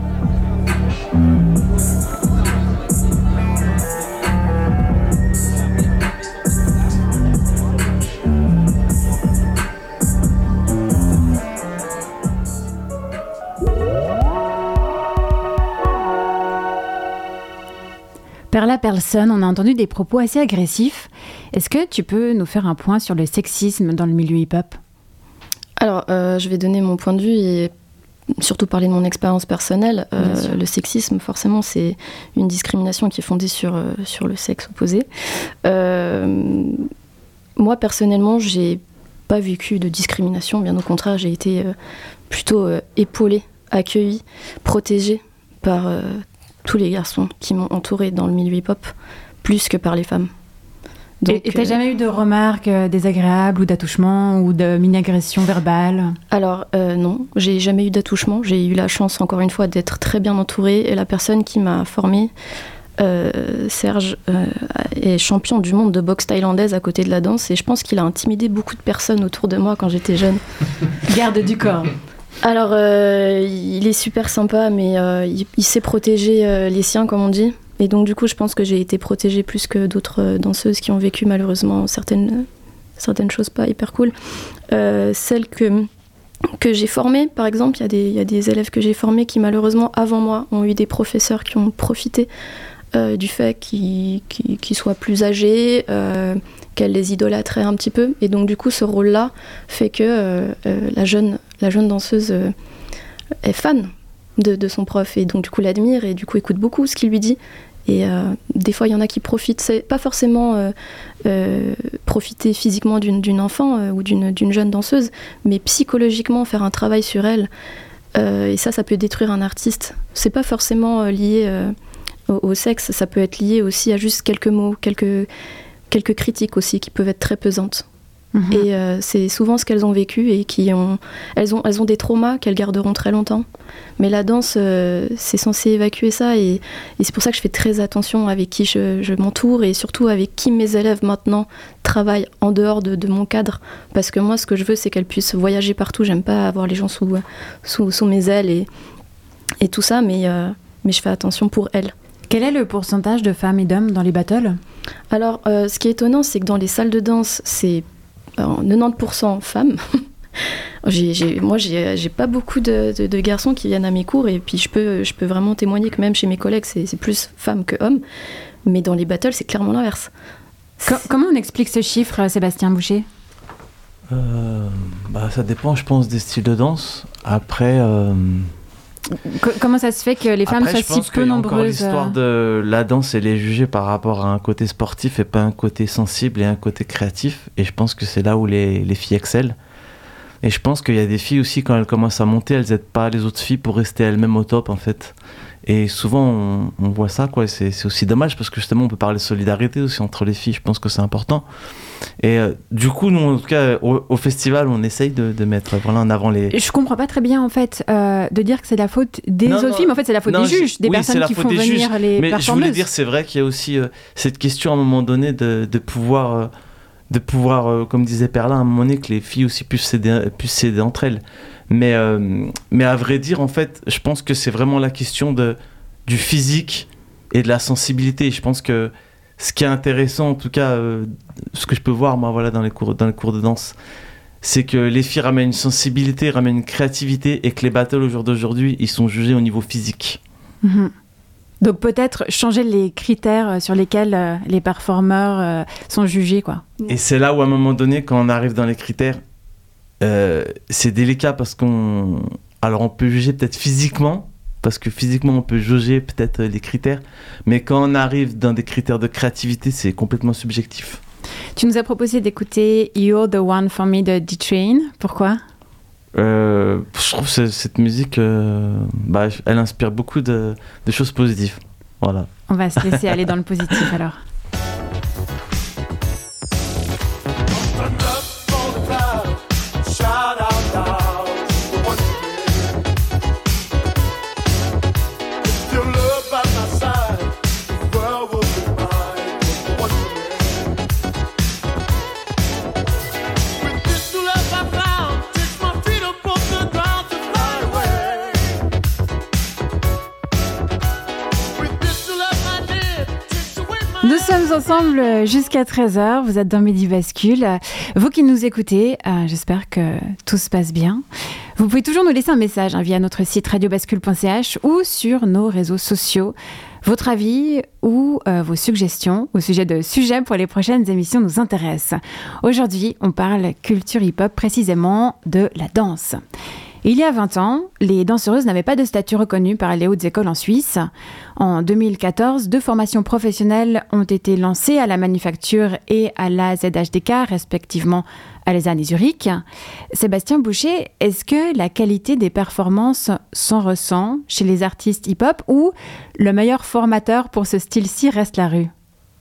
Speaker 5: Perla Perlson, on a entendu des propos assez agressifs. Est-ce que tu peux nous faire un point sur le sexisme dans le milieu hip-hop?
Speaker 7: Alors, euh, je vais donner mon point de vue et surtout parler de mon expérience personnelle. Euh, le sexisme, forcément, c'est une discrimination qui est fondée sur, euh, sur le sexe opposé. Euh, moi, personnellement, j'ai pas vécu de discrimination. Bien au contraire, j'ai été euh, plutôt euh, épaulée, accueillie, protégée par euh, tous les garçons qui m'ont entourée dans le milieu hip-hop, plus que par les femmes.
Speaker 5: Donc, et t'as euh, jamais eu de remarques euh, désagréables ou d'attouchements ou de mini-agressions verbales ?
Speaker 7: Alors euh, non, j'ai jamais eu d'attouchement. J'ai eu la chance, encore une fois, d'être très bien entourée. Et la personne qui m'a formée, euh, Serge, euh, est champion du monde de boxe thaïlandaise à côté de la danse. Et je pense qu'il a intimidé beaucoup de personnes autour de moi quand j'étais jeune.
Speaker 5: Garde du corps.
Speaker 7: Alors, euh, il est super sympa, mais euh, il, il sait protéger euh, les siens, comme on dit. Et donc, du coup, je pense que j'ai été protégée plus que d'autres danseuses qui ont vécu malheureusement certaines, certaines choses pas hyper cool. Euh, celles que, que j'ai formées, par exemple, il y a des, il y a des élèves que j'ai formés qui, malheureusement, avant moi, ont eu des professeurs qui ont profité euh, du fait qu'ils, qu'ils, qu'ils soient plus âgés, euh, qu'elles les idolâtraient un petit peu. Et donc, du coup, ce rôle-là fait que euh, euh, la, jeune, la jeune danseuse euh, est fan de, de son prof et donc, du coup, l'admire et du coup, écoute beaucoup ce qu'il lui dit. Et euh, des fois, il y en a qui profitent. C'est pas forcément euh, euh, profiter physiquement d'une, d'une enfant euh, ou d'une, d'une jeune danseuse, mais psychologiquement faire un travail sur elle. Euh, et ça, ça peut détruire un artiste. C'est pas forcément euh, lié euh, au, au sexe, ça peut être lié aussi à juste quelques mots, quelques, quelques critiques aussi qui peuvent être très pesantes. Mmh. Et euh, c'est souvent ce qu'elles ont vécu et qui ont, elles ont, elles ont des traumas qu'elles garderont très longtemps. Mais la danse, euh, c'est censé évacuer ça et, et c'est pour ça que je fais très attention avec qui je, je m'entoure et surtout avec qui mes élèves maintenant travaillent en dehors de, de mon cadre. Parce que moi, ce que je veux, c'est qu'elles puissent voyager partout. J'aime pas avoir les gens sous, sous, sous mes ailes et, et tout ça, mais, euh, mais je fais attention pour elles.
Speaker 5: Quel est le pourcentage de femmes et d'hommes dans les battles ?
Speaker 7: Alors, euh, ce qui est étonnant, c'est que dans les salles de danse, c'est quatre-vingt-dix pour cent femmes. j'ai, j'ai, moi, j'ai, j'ai pas beaucoup de, de, de garçons qui viennent à mes cours et puis je peux, je peux vraiment témoigner que même chez mes collègues, c'est, c'est plus femmes que hommes. Mais dans les battles, c'est clairement l'inverse.
Speaker 5: Co- comment on explique ce chiffre, Sébastien Boucher ?
Speaker 6: euh, bah, Ça dépend, je pense, des styles de danse. Après... Euh...
Speaker 5: Co- comment ça se fait que les femmes
Speaker 6: Après,
Speaker 5: soient si peu nombreuses ?
Speaker 6: Encore l'histoire de la danse, elle est jugée par rapport à un côté sportif et pas un côté sensible et un côté créatif. Et je pense que c'est là où les, les filles excellent. Et je pense qu'il y a des filles aussi, quand elles commencent à monter, elles n'aident pas les autres filles pour rester elles-mêmes au top, en fait. Et souvent, on, on voit ça, quoi. C'est, c'est aussi dommage parce que justement, on peut parler de solidarité aussi entre les filles. Je pense que c'est important. Et euh, du coup, nous, en tout cas, au, au festival, on essaye de, de mettre voilà, en avant les...
Speaker 5: Je comprends pas très bien, en fait, euh, de dire que c'est la faute des non, autres non, filles, mais en fait, c'est la faute non, des juges, des
Speaker 6: oui,
Speaker 5: personnes qui font venir
Speaker 6: juges.
Speaker 5: les
Speaker 6: mais
Speaker 5: performeuses.
Speaker 6: Je voulais dire, c'est vrai qu'il y a aussi euh, cette question, à un moment donné, de, de pouvoir... Euh, de pouvoir, euh, comme disait Perlin, à un moment donné, que les filles aussi puissent s'aider, puissent s'aider entre elles. Mais, euh, mais à vrai dire, en fait, je pense que c'est vraiment la question de, du physique et de la sensibilité. Je pense que ce qui est intéressant, en tout cas, euh, ce que je peux voir, moi, voilà, dans les cours, dans les cours de danse, c'est que les filles ramènent une sensibilité, ramènent une créativité, et que les battles, au jour d'aujourd'hui, ils sont jugés au niveau physique.
Speaker 5: Mmh. Donc peut-être changer les critères sur lesquels euh, les performeurs euh, sont jugés, quoi.
Speaker 6: Et c'est là où, à un moment donné, quand on arrive dans les critères, euh, c'est délicat parce qu'on... Alors on peut juger peut-être physiquement, parce que physiquement on peut jauger peut-être les critères, mais quand on arrive dans des critères de créativité, c'est complètement subjectif.
Speaker 5: Tu nous as proposé d'écouter You're the One for Me de D-Train. Pourquoi ?
Speaker 6: Euh, je trouve que cette musique, euh, bah, elle inspire beaucoup de, de choses positives. Voilà.
Speaker 5: On va se laisser aller dans le positif alors. Nous sommes ensemble jusqu'à treize heures, vous êtes dans Midi Bascule. Vous qui nous écoutez, euh, j'espère que tout se passe bien. Vous pouvez toujours nous laisser un message hein, via notre site radio bascule point c h ou sur nos réseaux sociaux. Votre avis ou euh, vos suggestions au sujet de sujets pour les prochaines émissions nous intéressent. Aujourd'hui, on parle culture hip-hop, précisément de la danse. Il y a vingt ans, les danseuses n'avaient pas de statut reconnu par les hautes écoles en Suisse. En deux mille quatorze, deux formations professionnelles ont été lancées à la Manufacture et à l'A Z H D K, respectivement à Lausanne et Zurich. Sébastien Boucher, est-ce que la qualité des performances s'en ressent chez les artistes hip-hop ou le meilleur formateur pour ce style-ci reste la rue ?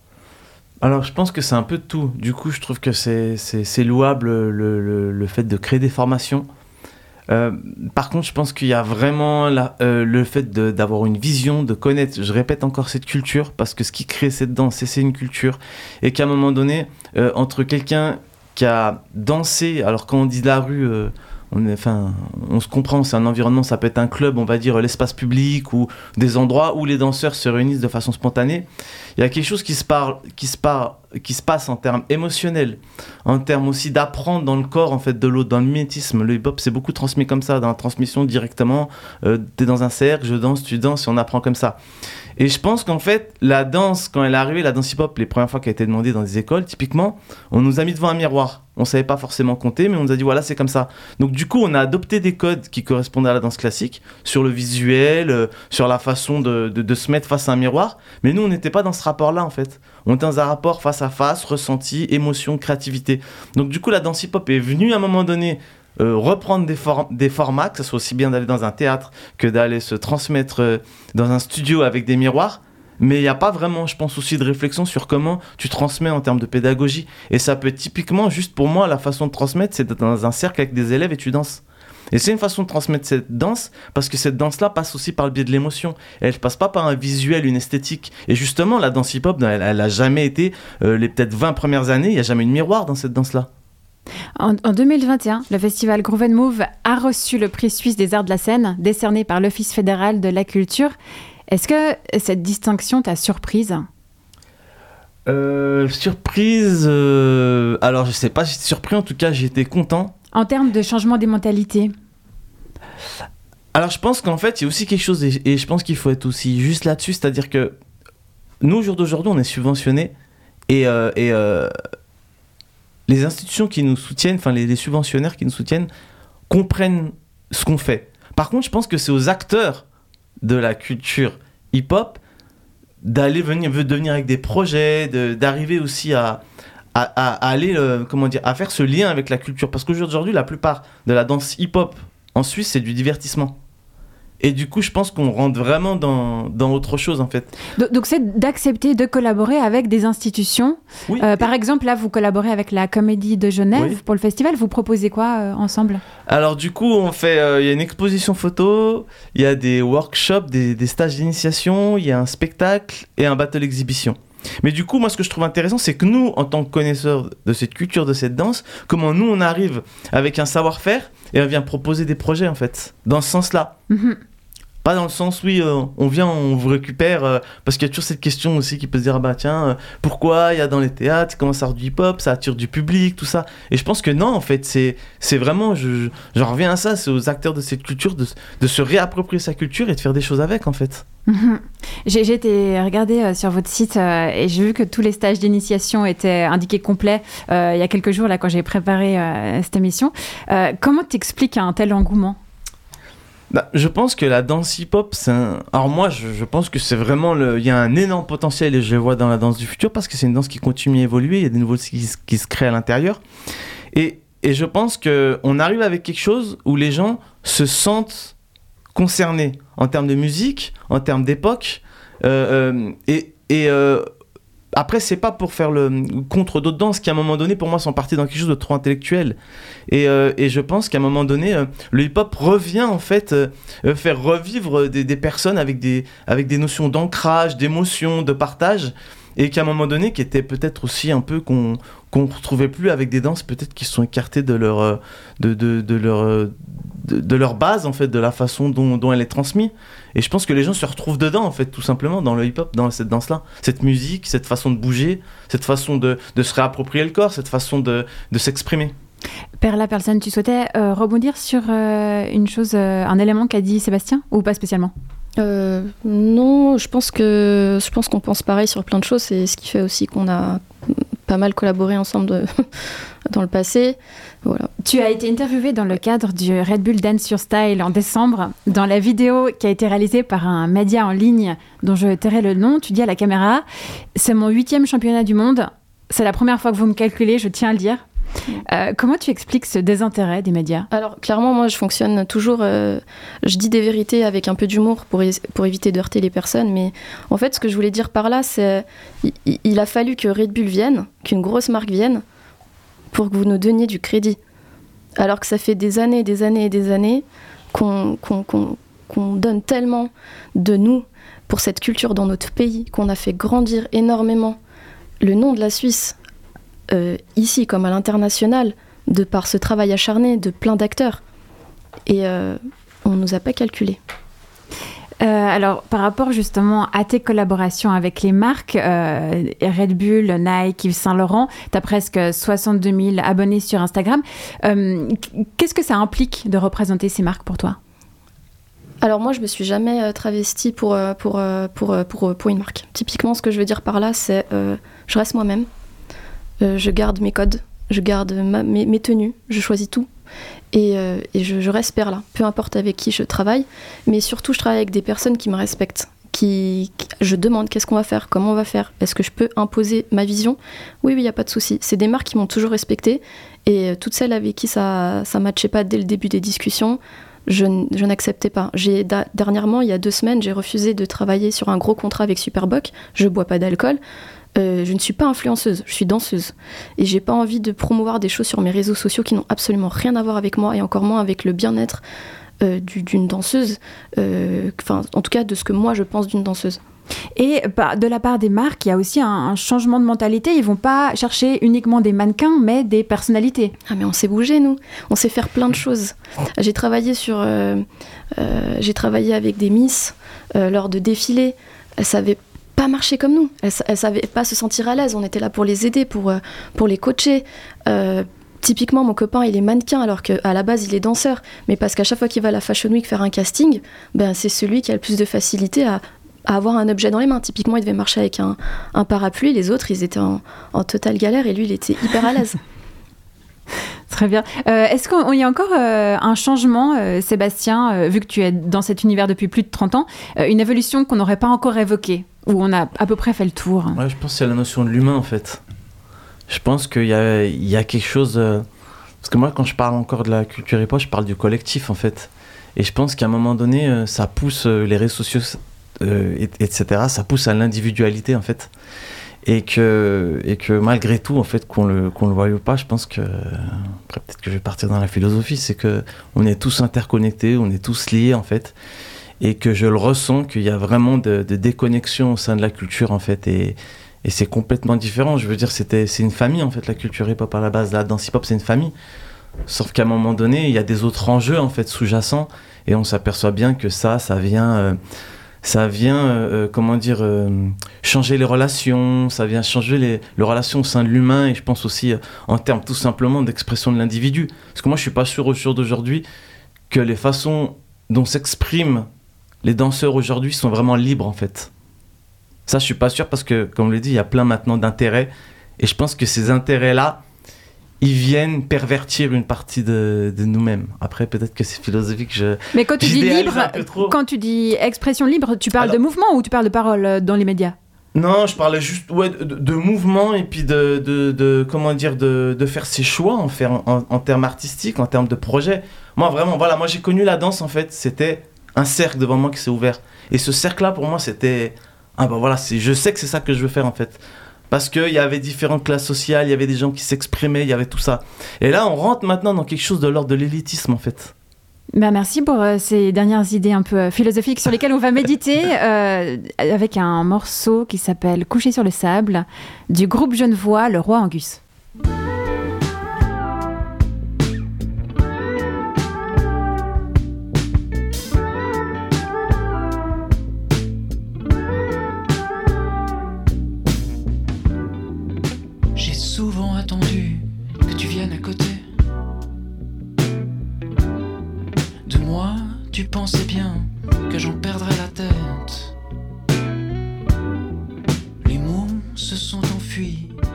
Speaker 6: Alors, je pense que c'est un peu de tout. Du coup, je trouve que c'est, c'est, c'est louable le, le, le fait de créer des formations. Euh, par contre, je pense qu'il y a vraiment la, euh, le fait de, d'avoir une vision, de connaître, je répète encore, cette culture, parce que ce qui crée cette danse, c'est, c'est une culture. Et qu'à un moment donné, euh, entre quelqu'un qui a dansé, alors quand on dit la rue, euh, on, est, enfin, on se comprend, c'est un environnement, ça peut être un club, on va dire l'espace public, ou des endroits où les danseurs se réunissent de façon spontanée. Il y a quelque chose qui se, parle, qui se, parle, qui se passe en termes émotionnels, en termes aussi d'apprendre dans le corps en fait, de l'autre, dans le mimétisme. Le hip-hop, c'est beaucoup transmis comme ça, dans la transmission directement. Euh, t'es dans un cercle, je danse, tu danses, et on apprend comme ça. Et je pense qu'en fait, la danse, quand elle est arrivée, la danse hip-hop, les premières fois qu'elle a été demandée dans des écoles, typiquement, on nous a mis devant un miroir. On ne savait pas forcément compter, mais on nous a dit, voilà, c'est comme ça. Donc du coup, on a adopté des codes qui correspondaient à la danse classique, sur le visuel, euh, sur la façon de, de, de se mettre face à un miroir. Mais nous, on n'était pas dans ce rapport-là, en fait. On était dans un rapport face à face, ressenti, émotion, créativité. Donc du coup, la danse hip-hop est venue à un moment donné euh, reprendre des, for- des formats, que ce soit aussi bien d'aller dans un théâtre que d'aller se transmettre euh, dans un studio avec des miroirs. Mais il n'y a pas vraiment, je pense, aussi de réflexion sur comment tu transmets en termes de pédagogie. Et ça peut être typiquement, juste pour moi, la façon de transmettre, c'est d'être dans un cercle avec des élèves et tu danses. Et c'est une façon de transmettre cette danse, parce que cette danse-là passe aussi par le biais de l'émotion. Et elle ne passe pas par un visuel, une esthétique. Et justement, la danse hip-hop, elle n'a jamais été, euh, les peut-être vingt premières années, il n'y a jamais eu de miroir dans cette danse-là.
Speaker 5: En, en deux mille vingt et un, le festival Groove and Move a reçu le prix suisse des arts de la scène, décerné par l'Office fédéral de la culture. Est-ce que cette distinction t'a surprise ?
Speaker 6: euh, Surprise... Euh... Alors, je sais pas, j'étais surpris, en tout cas, j'étais content.
Speaker 5: En termes de changement des mentalités ?
Speaker 6: Alors, je pense qu'en fait, il y a aussi quelque chose, et, et je pense qu'il faut être aussi juste là-dessus, c'est-à-dire que nous, au jour d'aujourd'hui, on est subventionnés, et, euh, et euh, les institutions qui nous soutiennent, enfin, les, les subventionnaires qui nous soutiennent, comprennent ce qu'on fait. Par contre, je pense que c'est aux acteurs de la culture hip-hop d'aller venir, de venir avec des projets, de, d'arriver aussi à, à, à aller, euh, comment dire, à faire ce lien avec la culture. Parce qu'aujourd'hui, la plupart de la danse hip-hop en Suisse, c'est du divertissement. Et du coup, je pense qu'on rentre vraiment dans, dans autre chose, en fait.
Speaker 5: Donc, donc c'est d'accepter de collaborer avec des institutions.
Speaker 6: Oui.
Speaker 5: Euh, par exemple, là, vous collaborez avec la Comédie de Genève
Speaker 6: Oui.
Speaker 5: pour le festival. Vous proposez quoi euh, ensemble ?
Speaker 6: Alors du coup, on fait, il euh, y a une exposition photo, il y a des workshops, des, des stages d'initiation, il y a un spectacle et un battle exhibition. Mais du coup, moi, ce que je trouve intéressant, c'est que nous, en tant que connaisseurs de cette culture, de cette danse, comment nous, on arrive avec un savoir-faire et on vient proposer des projets, en fait, dans ce sens-là. Mm-hmm. Pas dans le sens, oui, euh, on vient, on vous récupère, euh, parce qu'il y a toujours cette question aussi qui peut se dire, ah bah tiens, euh, pourquoi il y a dans les théâtres, comment ça sort du hip-hop, ça attire du public, tout ça. Et je pense que non, en fait, c'est, c'est vraiment, je, je, j'en reviens à ça, c'est aux acteurs de cette culture de, de se réapproprier sa culture et de faire des choses avec, en fait.
Speaker 5: Mmh. J'ai, j'ai été regarder euh, sur votre site euh, et j'ai vu que tous les stages d'initiation étaient indiqués complets euh, il y a quelques jours, là, quand j'ai préparé euh, cette émission. Euh, comment t'expliques un tel engouement ?
Speaker 6: Bah, je pense que la danse hip-hop, c'est un... Alors moi, je, je pense que c'est vraiment... Le... Il y a un énorme potentiel, et je le vois dans la danse du futur, parce que c'est une danse qui continue à évoluer, il y a des nouveaux qui, qui se créent à l'intérieur. Et, et je pense qu'on arrive avec quelque chose où les gens se sentent concernés, en termes de musique, en termes d'époque. Euh, euh, et... et euh... Après, c'est pas pour faire le contre d'autres danses qui, à un moment donné, pour moi, sont partis dans quelque chose de trop intellectuel. Et, euh, et je pense qu'à un moment donné, euh, le hip-hop revient, en fait, euh, faire revivre des, des personnes avec des, avec des notions d'ancrage, d'émotion, de partage. Et qu'à un moment donné, qui était peut-être aussi un peu qu'on qu'on ne retrouvait plus avec des danses peut-être qui se sont écartées de leur, de, de, de leur, de, de leur base, en fait, de la façon dont, dont elle est transmise. Et je pense que les gens se retrouvent dedans, en fait, tout simplement, dans le hip-hop, dans cette danse-là. Cette musique, cette façon de bouger, cette façon de, de se réapproprier le corps, cette façon de, de s'exprimer.
Speaker 5: Perla Perlson, tu souhaitais euh, rebondir sur euh, une chose, euh, un élément qu'a dit Sébastien, ou pas spécialement ?
Speaker 7: Euh, non, je pense que je pense qu'on pense pareil sur plein de choses. C'est ce qui fait aussi qu'on a pas mal collaboré ensemble de dans le passé. Voilà.
Speaker 5: Tu as été interviewé dans le cadre du Red Bull Dance Your Style en décembre. Dans la vidéo qui a été réalisée par un média en ligne dont je tairai le nom, tu dis à la caméra « C'est mon huitième championnat du monde. C'est la première fois que vous me calculez, je tiens à le dire. » Euh, comment tu expliques ce désintérêt des médias ?
Speaker 7: Alors clairement, moi je fonctionne toujours, euh, je dis des vérités avec un peu d'humour pour, é- pour éviter de heurter les personnes, mais en fait ce que je voulais dire par là, c'est il, il a fallu que Red Bull vienne, qu'une grosse marque vienne, pour que vous nous donniez du crédit. Alors que ça fait des années, des années et des années qu'on, qu'on, qu'on, qu'on donne tellement de nous pour cette culture dans notre pays, qu'on a fait grandir énormément le nom de la Suisse. Euh, ici comme à l'international, de par ce travail acharné de plein d'acteurs. Et euh, on ne nous a pas calculé.
Speaker 5: Euh, alors, par rapport justement à tes collaborations avec les marques, euh, Red Bull, Nike, Yves Saint Laurent, tu as presque soixante-deux mille abonnés sur Instagram. Euh, qu'est-ce que ça implique de représenter ces marques pour toi ?
Speaker 7: Alors moi, je me suis jamais euh, travestie pour, euh, pour, euh, pour, euh, pour, euh, pour une marque. Typiquement, ce que je veux dire par là, c'est euh, je reste moi-même. Euh, je garde mes codes, je garde ma, mes, mes tenues, je choisis tout et, euh, et je, je reste là, peu importe avec qui je travaille, mais surtout je travaille avec des personnes qui me respectent, qui, qui je demande qu'est-ce qu'on va faire, comment on va faire, est-ce que je peux imposer ma vision ? Oui, oui, il n'y a pas de souci. C'est des marques qui m'ont toujours respectée et euh, toutes celles avec qui ça ne matchait pas dès le début des discussions, je, je n'acceptais pas. J'ai, da, dernièrement, il y a deux semaines, j'ai refusé de travailler sur un gros contrat avec Superboc, je ne bois pas d'alcool. Euh, je ne suis pas influenceuse, je suis danseuse et j'ai pas envie de promouvoir des choses sur mes réseaux sociaux qui n'ont absolument rien à voir avec moi et encore moins avec le bien-être euh, du, d'une danseuse, euh, enfin en tout cas de ce que moi je pense d'une danseuse.
Speaker 5: Et de la part des marques, il y a aussi un, un changement de mentalité. Ils vont pas chercher uniquement des mannequins, mais des personnalités.
Speaker 7: Ah mais on sait bouger nous, on sait faire plein de choses. J'ai travaillé sur, euh, euh, j'ai travaillé avec des miss euh, lors de défilés. Elles savaient pas marcher comme nous, elles, elles savaient pas se sentir à l'aise, on était là pour les aider, pour, euh, pour les coacher. Euh, typiquement mon copain il est mannequin alors qu'à la base il est danseur, mais parce qu'à chaque fois qu'il va à la Fashion Week faire un casting, ben, c'est celui qui a le plus de facilité à, à avoir un objet dans les mains. Typiquement il devait marcher avec un, un parapluie, les autres ils étaient en, en totale galère et lui il était hyper à l'aise.
Speaker 5: Très bien. Euh, est-ce qu'il y a encore euh, un changement, euh, Sébastien, euh, vu que tu es dans cet univers depuis plus de trente ans, euh, une évolution qu'on n'aurait pas encore évoquée, où on a à peu près fait le tour ?
Speaker 6: Ouais, je pense que c'est la notion de l'humain, en fait. Je pense qu'il y a, il y a quelque chose... Euh... Parce que moi, quand je parle encore de la culture hip-hop, je parle du collectif, en fait. Et je pense qu'à un moment donné, euh, ça pousse euh, les réseaux sociaux, euh, et, etc., ça pousse à l'individualité, en fait. Et que, et que malgré tout, en fait, qu'on le, qu'on le voie ou pas, je pense que, après peut-être que je vais partir dans la philosophie, c'est qu'on est tous interconnectés, on est tous liés, en fait, et que je le ressens, qu'il y a vraiment de, de déconnexion au sein de la culture, en fait, et, et c'est complètement différent. Je veux dire, c'était, c'est une famille, en fait, la culture hip-hop à la base, la danse hip-hop, c'est une famille, sauf qu'à un moment donné, il y a des autres enjeux, en fait, sous-jacents, et on s'aperçoit bien que ça, ça vient... Euh, ça vient, euh, comment dire, euh, changer les relations, ça vient changer les, les relations au sein de l'humain, et je pense aussi euh, en termes tout simplement d'expression de l'individu. Parce que moi, je suis pas sûr au jour d'aujourd'hui que les façons dont s'expriment les danseurs aujourd'hui sont vraiment libres, en fait. Ça, je suis pas sûr parce que, comme je l'ai dit, il y a plein maintenant d'intérêts, et je pense que ces intérêts-là, ils viennent pervertir une partie de, de nous-mêmes. Après, peut-être que c'est philosophique. Je,
Speaker 5: Mais quand tu dis libre, quand tu dis expression libre, tu parles Alors, de mouvement ou tu parles de parole dans les médias ?
Speaker 6: Non, je parlais juste ouais, de, de mouvement et puis de, de, de comment dire, de, de faire ses choix en, faire, en, en termes artistiques, en termes de projet. Moi, vraiment, voilà, moi j'ai connu la danse, en fait, c'était un cercle devant moi qui s'est ouvert. Et ce cercle-là, pour moi, c'était... Ah ben voilà, c'est, je sais que c'est ça que je veux faire, en fait. Parce qu'il y avait différentes classes sociales, il y avait des gens qui s'exprimaient, il y avait tout ça. Et là, on rentre maintenant dans quelque chose de l'ordre de l'élitisme, en fait.
Speaker 5: Ben merci pour euh, ces dernières idées un peu euh, philosophiques sur lesquelles on va méditer euh, avec un morceau qui s'appelle « Coucher sur le sable » du groupe genevois Le Roi Angus.
Speaker 1: Souvent attendu que tu viennes à côté de moi, tu pensais bien que j'en perdrais la tête. Les mots se sont enfuis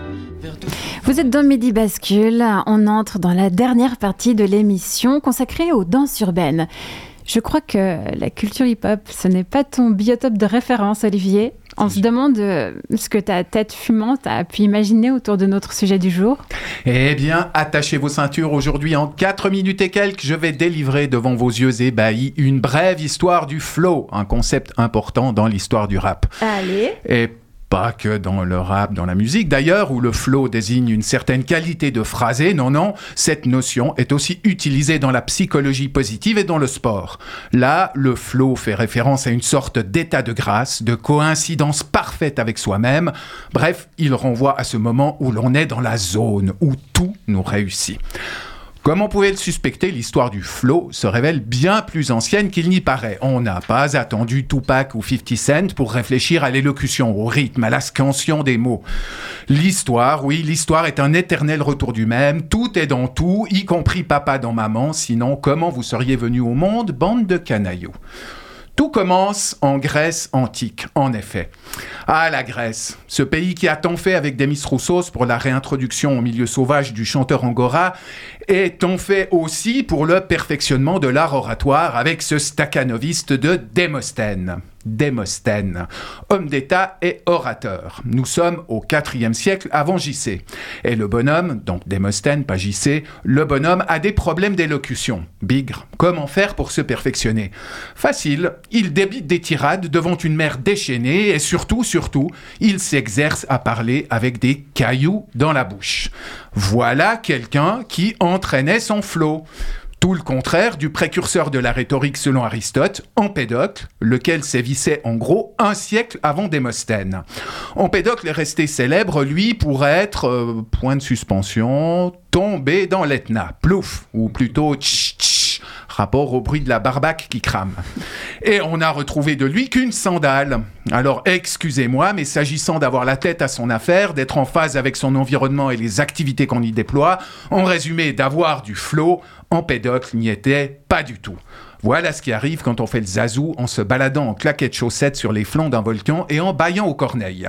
Speaker 5: Vous êtes dans Midi Bascule, on entre dans la dernière partie de l'émission consacrée aux danses urbaines. Je crois que la culture hip-hop, ce n'est pas ton biotope de référence, Olivier. On se demande ce que ta tête fumante a pu imaginer autour de notre sujet du jour.
Speaker 9: Eh bien, attachez vos ceintures. Aujourd'hui, en quatre minutes et quelques, je vais délivrer devant vos yeux ébahis une brève histoire du flow, un concept important dans l'histoire du rap.
Speaker 5: Allez.
Speaker 9: Et pas que dans le rap, dans la musique d'ailleurs, où le flow désigne une certaine qualité de phrasé. Non, non, cette notion est aussi utilisée dans la psychologie positive et dans le sport. Là, le flow fait référence à une sorte d'état de grâce, de coïncidence parfaite avec soi-même. Bref, il renvoie à ce moment où l'on est dans la zone, où tout nous réussit. Comme on pouvait le suspecter, l'histoire du flow se révèle bien plus ancienne qu'il n'y paraît. On n'a pas attendu Tupac ou fifty Cent pour réfléchir à l'élocution, au rythme, à la scansion des mots. L'histoire, oui, l'histoire est un éternel retour du même. Tout est dans tout, y compris papa dans maman. Sinon, comment vous seriez venu au monde, bande de canailloux ? Tout commence en Grèce antique, en effet. Ah, la Grèce, ce pays qui a tant fait avec Demis Roussos pour la réintroduction au milieu sauvage du chanteur Angora, et tant fait aussi pour le perfectionnement de l'art oratoire avec ce stakhanoviste de Démosthène. Démosthène, homme d'État et orateur. Nous sommes au quatrième siècle avant J C. Et le bonhomme, donc Démosthène, pas J C, le bonhomme a des problèmes d'élocution. Bigre, comment faire pour se perfectionner ? Facile, il débite des tirades devant une mer déchaînée et surtout, surtout, il s'exerce à parler avec des cailloux dans la bouche. Voilà quelqu'un qui entraînait son flow. Tout le contraire du précurseur de la rhétorique selon Aristote, Empédocle, lequel sévissait en gros un siècle avant Démosthène. Empédocle est resté célèbre, lui, pour être, euh, point de suspension, tombé dans l'Etna, plouf, ou plutôt tch tch, rapport au bruit de la barbaque qui crame. Et on n'a retrouvé de lui qu'une sandale. Alors excusez-moi, mais s'agissant d'avoir la tête à son affaire, d'être en phase avec son environnement et les activités qu'on y déploie, en résumé, d'avoir du flow, Empédocle n'y était pas du tout. Voilà ce qui arrive quand on fait le zazou en se baladant en claquettes chaussettes sur les flancs d'un volcan et en bâillant aux corneilles.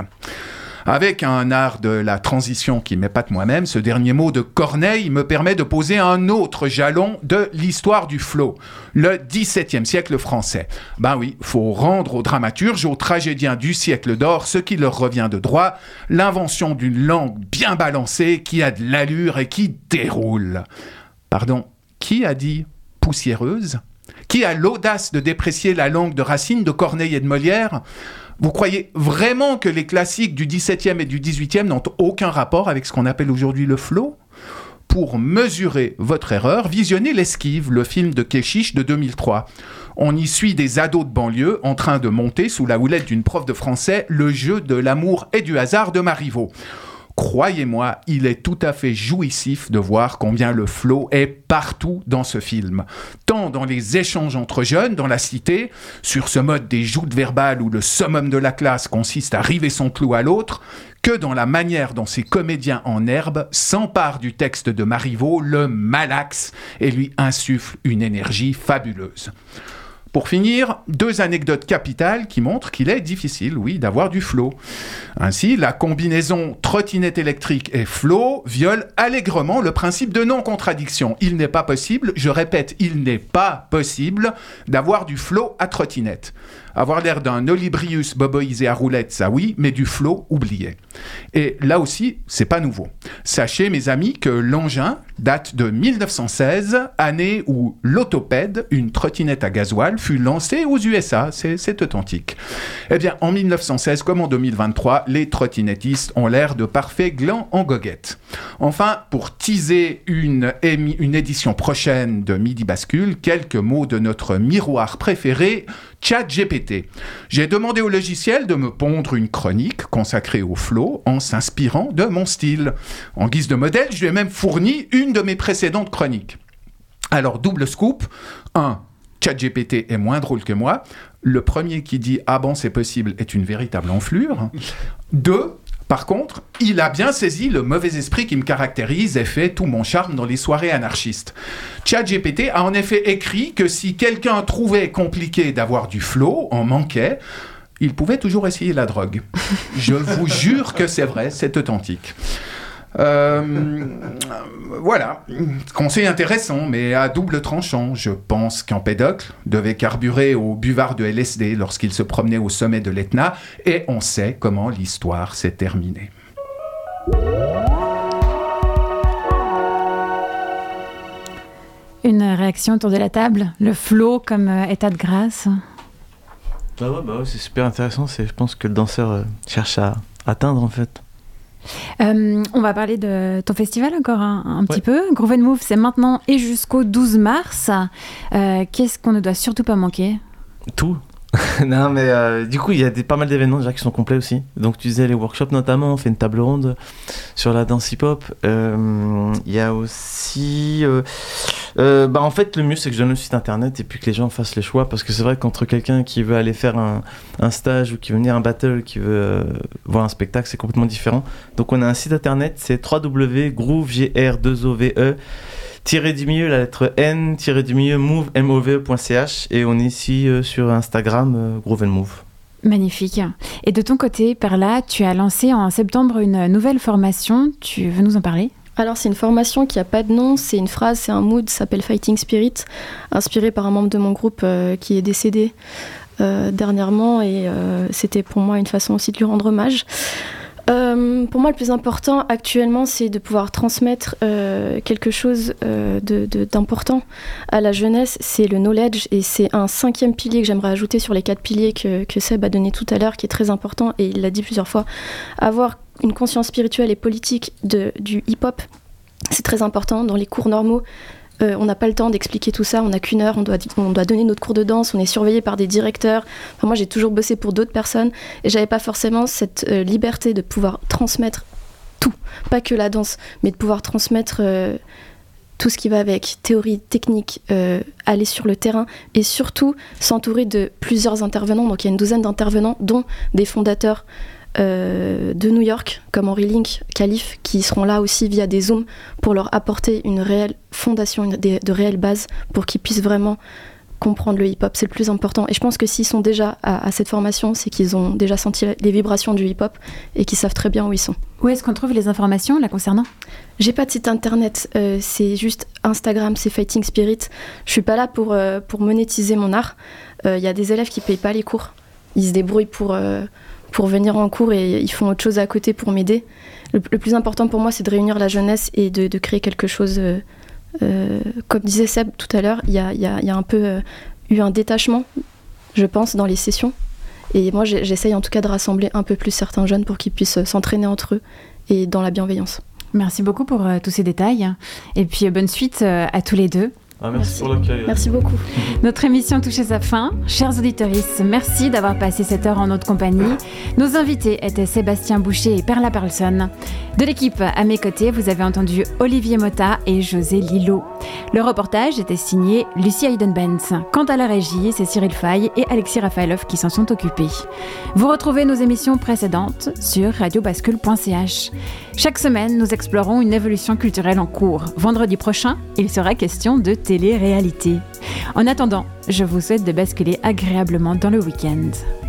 Speaker 9: Avec un art de la transition qui m'épate moi-même, ce dernier mot de Corneille me permet de poser un autre jalon de l'histoire du flow, le dix-septième siècle français. Ben oui, faut rendre aux dramaturges, aux tragédiens du siècle d'or ce qui leur revient de droit, l'invention d'une langue bien balancée qui a de l'allure et qui déroule. Pardon, qui a dit poussiéreuse ? Qui a l'audace de déprécier la langue de Racine, de Corneille et de Molière ? Vous croyez vraiment que les classiques du dix-septième et du dix-huitième n'ont aucun rapport avec ce qu'on appelle aujourd'hui le flow ? Pour mesurer votre erreur, visionnez L'Esquive, le film de Keshish de deux mille trois. On y suit des ados de banlieue en train de monter sous la houlette d'une prof de français le jeu de l'amour et du hasard de Marivaux. Croyez-moi, il est tout à fait jouissif de voir combien le flow est partout dans ce film. Tant dans les échanges entre jeunes, dans la cité, sur ce mode des joutes verbales où le summum de la classe consiste à river son clou à l'autre, que dans la manière dont ces comédiens en herbe s'emparent du texte de Marivaux, le malaxent et lui insufflent une énergie fabuleuse. Pour finir, deux anecdotes capitales qui montrent qu'il est difficile, oui, d'avoir du flow. Ainsi, la combinaison trottinette électrique et flow viole allègrement le principe de non-contradiction. Il n'est pas possible, je répète, il n'est pas possible d'avoir du flow à trottinette. Avoir l'air d'un Olibrius boboisé à roulette, ça oui, mais du flow, oublié. Et là aussi, c'est pas nouveau. Sachez, mes amis, que l'engin date de mille neuf cent seize, année où l'autopède, une trottinette à gasoil, fut lancée aux U S A. C'est, c'est authentique. Eh bien, en mille neuf cent seize, comme en deux mille vingt-trois, les trottinettistes ont l'air de parfaits glands en goguette. Enfin, pour teaser une, émi- une édition prochaine de Midi Bascule, quelques mots de notre miroir préféré, ChatGPT. J'ai demandé au logiciel de me pondre une chronique consacrée au flow en s'inspirant de mon style. En guise de modèle, je lui ai même fourni une de mes précédentes chroniques. Alors, double scoop. un. ChatGPT est moins drôle que moi. Le premier qui dit « Ah bon, c'est possible » est une véritable enflure. deux. Par contre, il a bien saisi le mauvais esprit qui me caractérise et fait tout mon charme dans les soirées anarchistes. ChatGPT a en effet écrit que si quelqu'un trouvait compliqué d'avoir du flow, en manquait, il pouvait toujours essayer la drogue. Je vous jure que c'est vrai, c'est authentique. Euh, voilà, conseil intéressant, mais à double tranchant. Je pense qu'Empédocle devait carburer au buvard de L S D lorsqu'il se promenait au sommet de l'Etna, et on sait comment l'histoire s'est terminée.
Speaker 5: Une réaction autour de la table, le flow comme euh, état de grâce.
Speaker 6: Bah ouais, bah ouais, c'est super intéressant. C'est, je pense que le danseur euh, cherche à atteindre en fait.
Speaker 5: Euh, on va parler de ton festival encore un, un
Speaker 6: ouais.
Speaker 5: petit peu. Groove and Move, c'est maintenant et jusqu'au douze mars. Euh, qu'est-ce qu'on ne doit surtout pas manquer ?
Speaker 6: Tout. Non, mais euh, du coup, il y a des, pas mal d'événements déjà qui sont complets aussi. Donc, tu disais les workshops notamment, on fait une table ronde sur la danse hip-hop. Euh, il y a aussi. Euh, euh, bah, en fait, le mieux, c'est que je donne le site internet et puis que les gens fassent les choix. Parce que c'est vrai qu'entre quelqu'un qui veut aller faire un, un stage ou qui veut venir à un battle, qui veut euh, voir un spectacle, c'est complètement différent. Donc, on a un site internet, c'est w w w point groove g r deux o v e tiré du milieu la lettre N tiré du milieu move m o v e point c h et on est ici euh, sur Instagram euh, Groove and Move.
Speaker 5: Magnifique. Et de ton côté, Perla, tu as lancé en septembre une nouvelle formation. Tu veux nous en parler ?
Speaker 7: Alors c'est une formation qui n'a pas de nom, c'est une phrase, c'est un mood, ça s'appelle Fighting Spirit, inspiré par un membre de mon groupe euh, qui est décédé euh, dernièrement, et euh, c'était pour moi une façon aussi de lui rendre hommage. Euh, pour moi, le plus important actuellement, c'est de pouvoir transmettre euh, quelque chose euh, de, de, d'important à la jeunesse. C'est le knowledge, et c'est un cinquième pilier que j'aimerais ajouter sur les quatre piliers que, que Seb a donné tout à l'heure, qui est très important, et il l'a dit plusieurs fois. Avoir une conscience spirituelle et politique de, du hip-hop, c'est très important dans les cours normaux. Euh, on n'a pas le temps d'expliquer tout ça, on n'a qu'une heure, on doit, on doit donner notre cours de danse, on est surveillé par des directeurs. Enfin, moi, j'ai toujours bossé pour d'autres personnes et j'avais pas forcément cette euh, liberté de pouvoir transmettre tout, pas que la danse, mais de pouvoir transmettre euh, tout ce qui va avec, théorie, technique, euh, aller sur le terrain et surtout s'entourer de plusieurs intervenants. Donc il y a une douzaine d'intervenants, dont des fondateurs Euh, de New York, comme Henry Link, Khalif, qui seront là aussi via des Zooms pour leur apporter une réelle fondation, une, des, de réelles bases pour qu'ils puissent vraiment comprendre le hip-hop. C'est le plus important. Et je pense que s'ils sont déjà à, à cette formation, c'est qu'ils ont déjà senti les vibrations du hip-hop et qu'ils savent très bien où ils sont.
Speaker 5: Où est-ce qu'on trouve les informations là concernant ?
Speaker 7: J'ai pas de site internet, euh, c'est juste Instagram, c'est Fighting Spirit. Je suis pas là pour, euh, pour monétiser mon art. Il euh, y a des élèves qui payent pas les cours. Ils se débrouillent pour... Euh, pour venir en cours et ils font autre chose à côté pour m'aider. Le, le plus important pour moi, c'est de réunir la jeunesse et de, de créer quelque chose. Euh, euh, comme disait Seb tout à l'heure, il y a, y a, y a un peu euh, eu un détachement, je pense, dans les sessions. Et moi, j'essaye en tout cas de rassembler un peu plus certains jeunes pour qu'ils puissent s'entraîner entre eux et dans la bienveillance.
Speaker 5: Merci beaucoup pour euh, tous ces détails. Et puis, euh, bonne suite euh, à tous les deux.
Speaker 6: Ah, merci, merci pour l'accueil.
Speaker 7: Merci beaucoup.
Speaker 5: Notre émission touche à sa fin. Chers auditeurs, merci d'avoir passé cette heure en notre compagnie. Nos invités étaient Sébastien Boucher et Perla Parlson. De l'équipe à mes côtés, vous avez entendu Olivier Motta et José Lillo. Le reportage était signé Lucie Hayden-Benz. Quant à la régie, c'est Cyril Faye et Alexis Rafaelov qui s'en sont occupés. Vous retrouvez nos émissions précédentes sur radio bascule point c h. Chaque semaine, nous explorons une évolution culturelle en cours. Vendredi prochain, il sera question de télé-réalité. En attendant, je vous souhaite de basculer agréablement dans le week-end.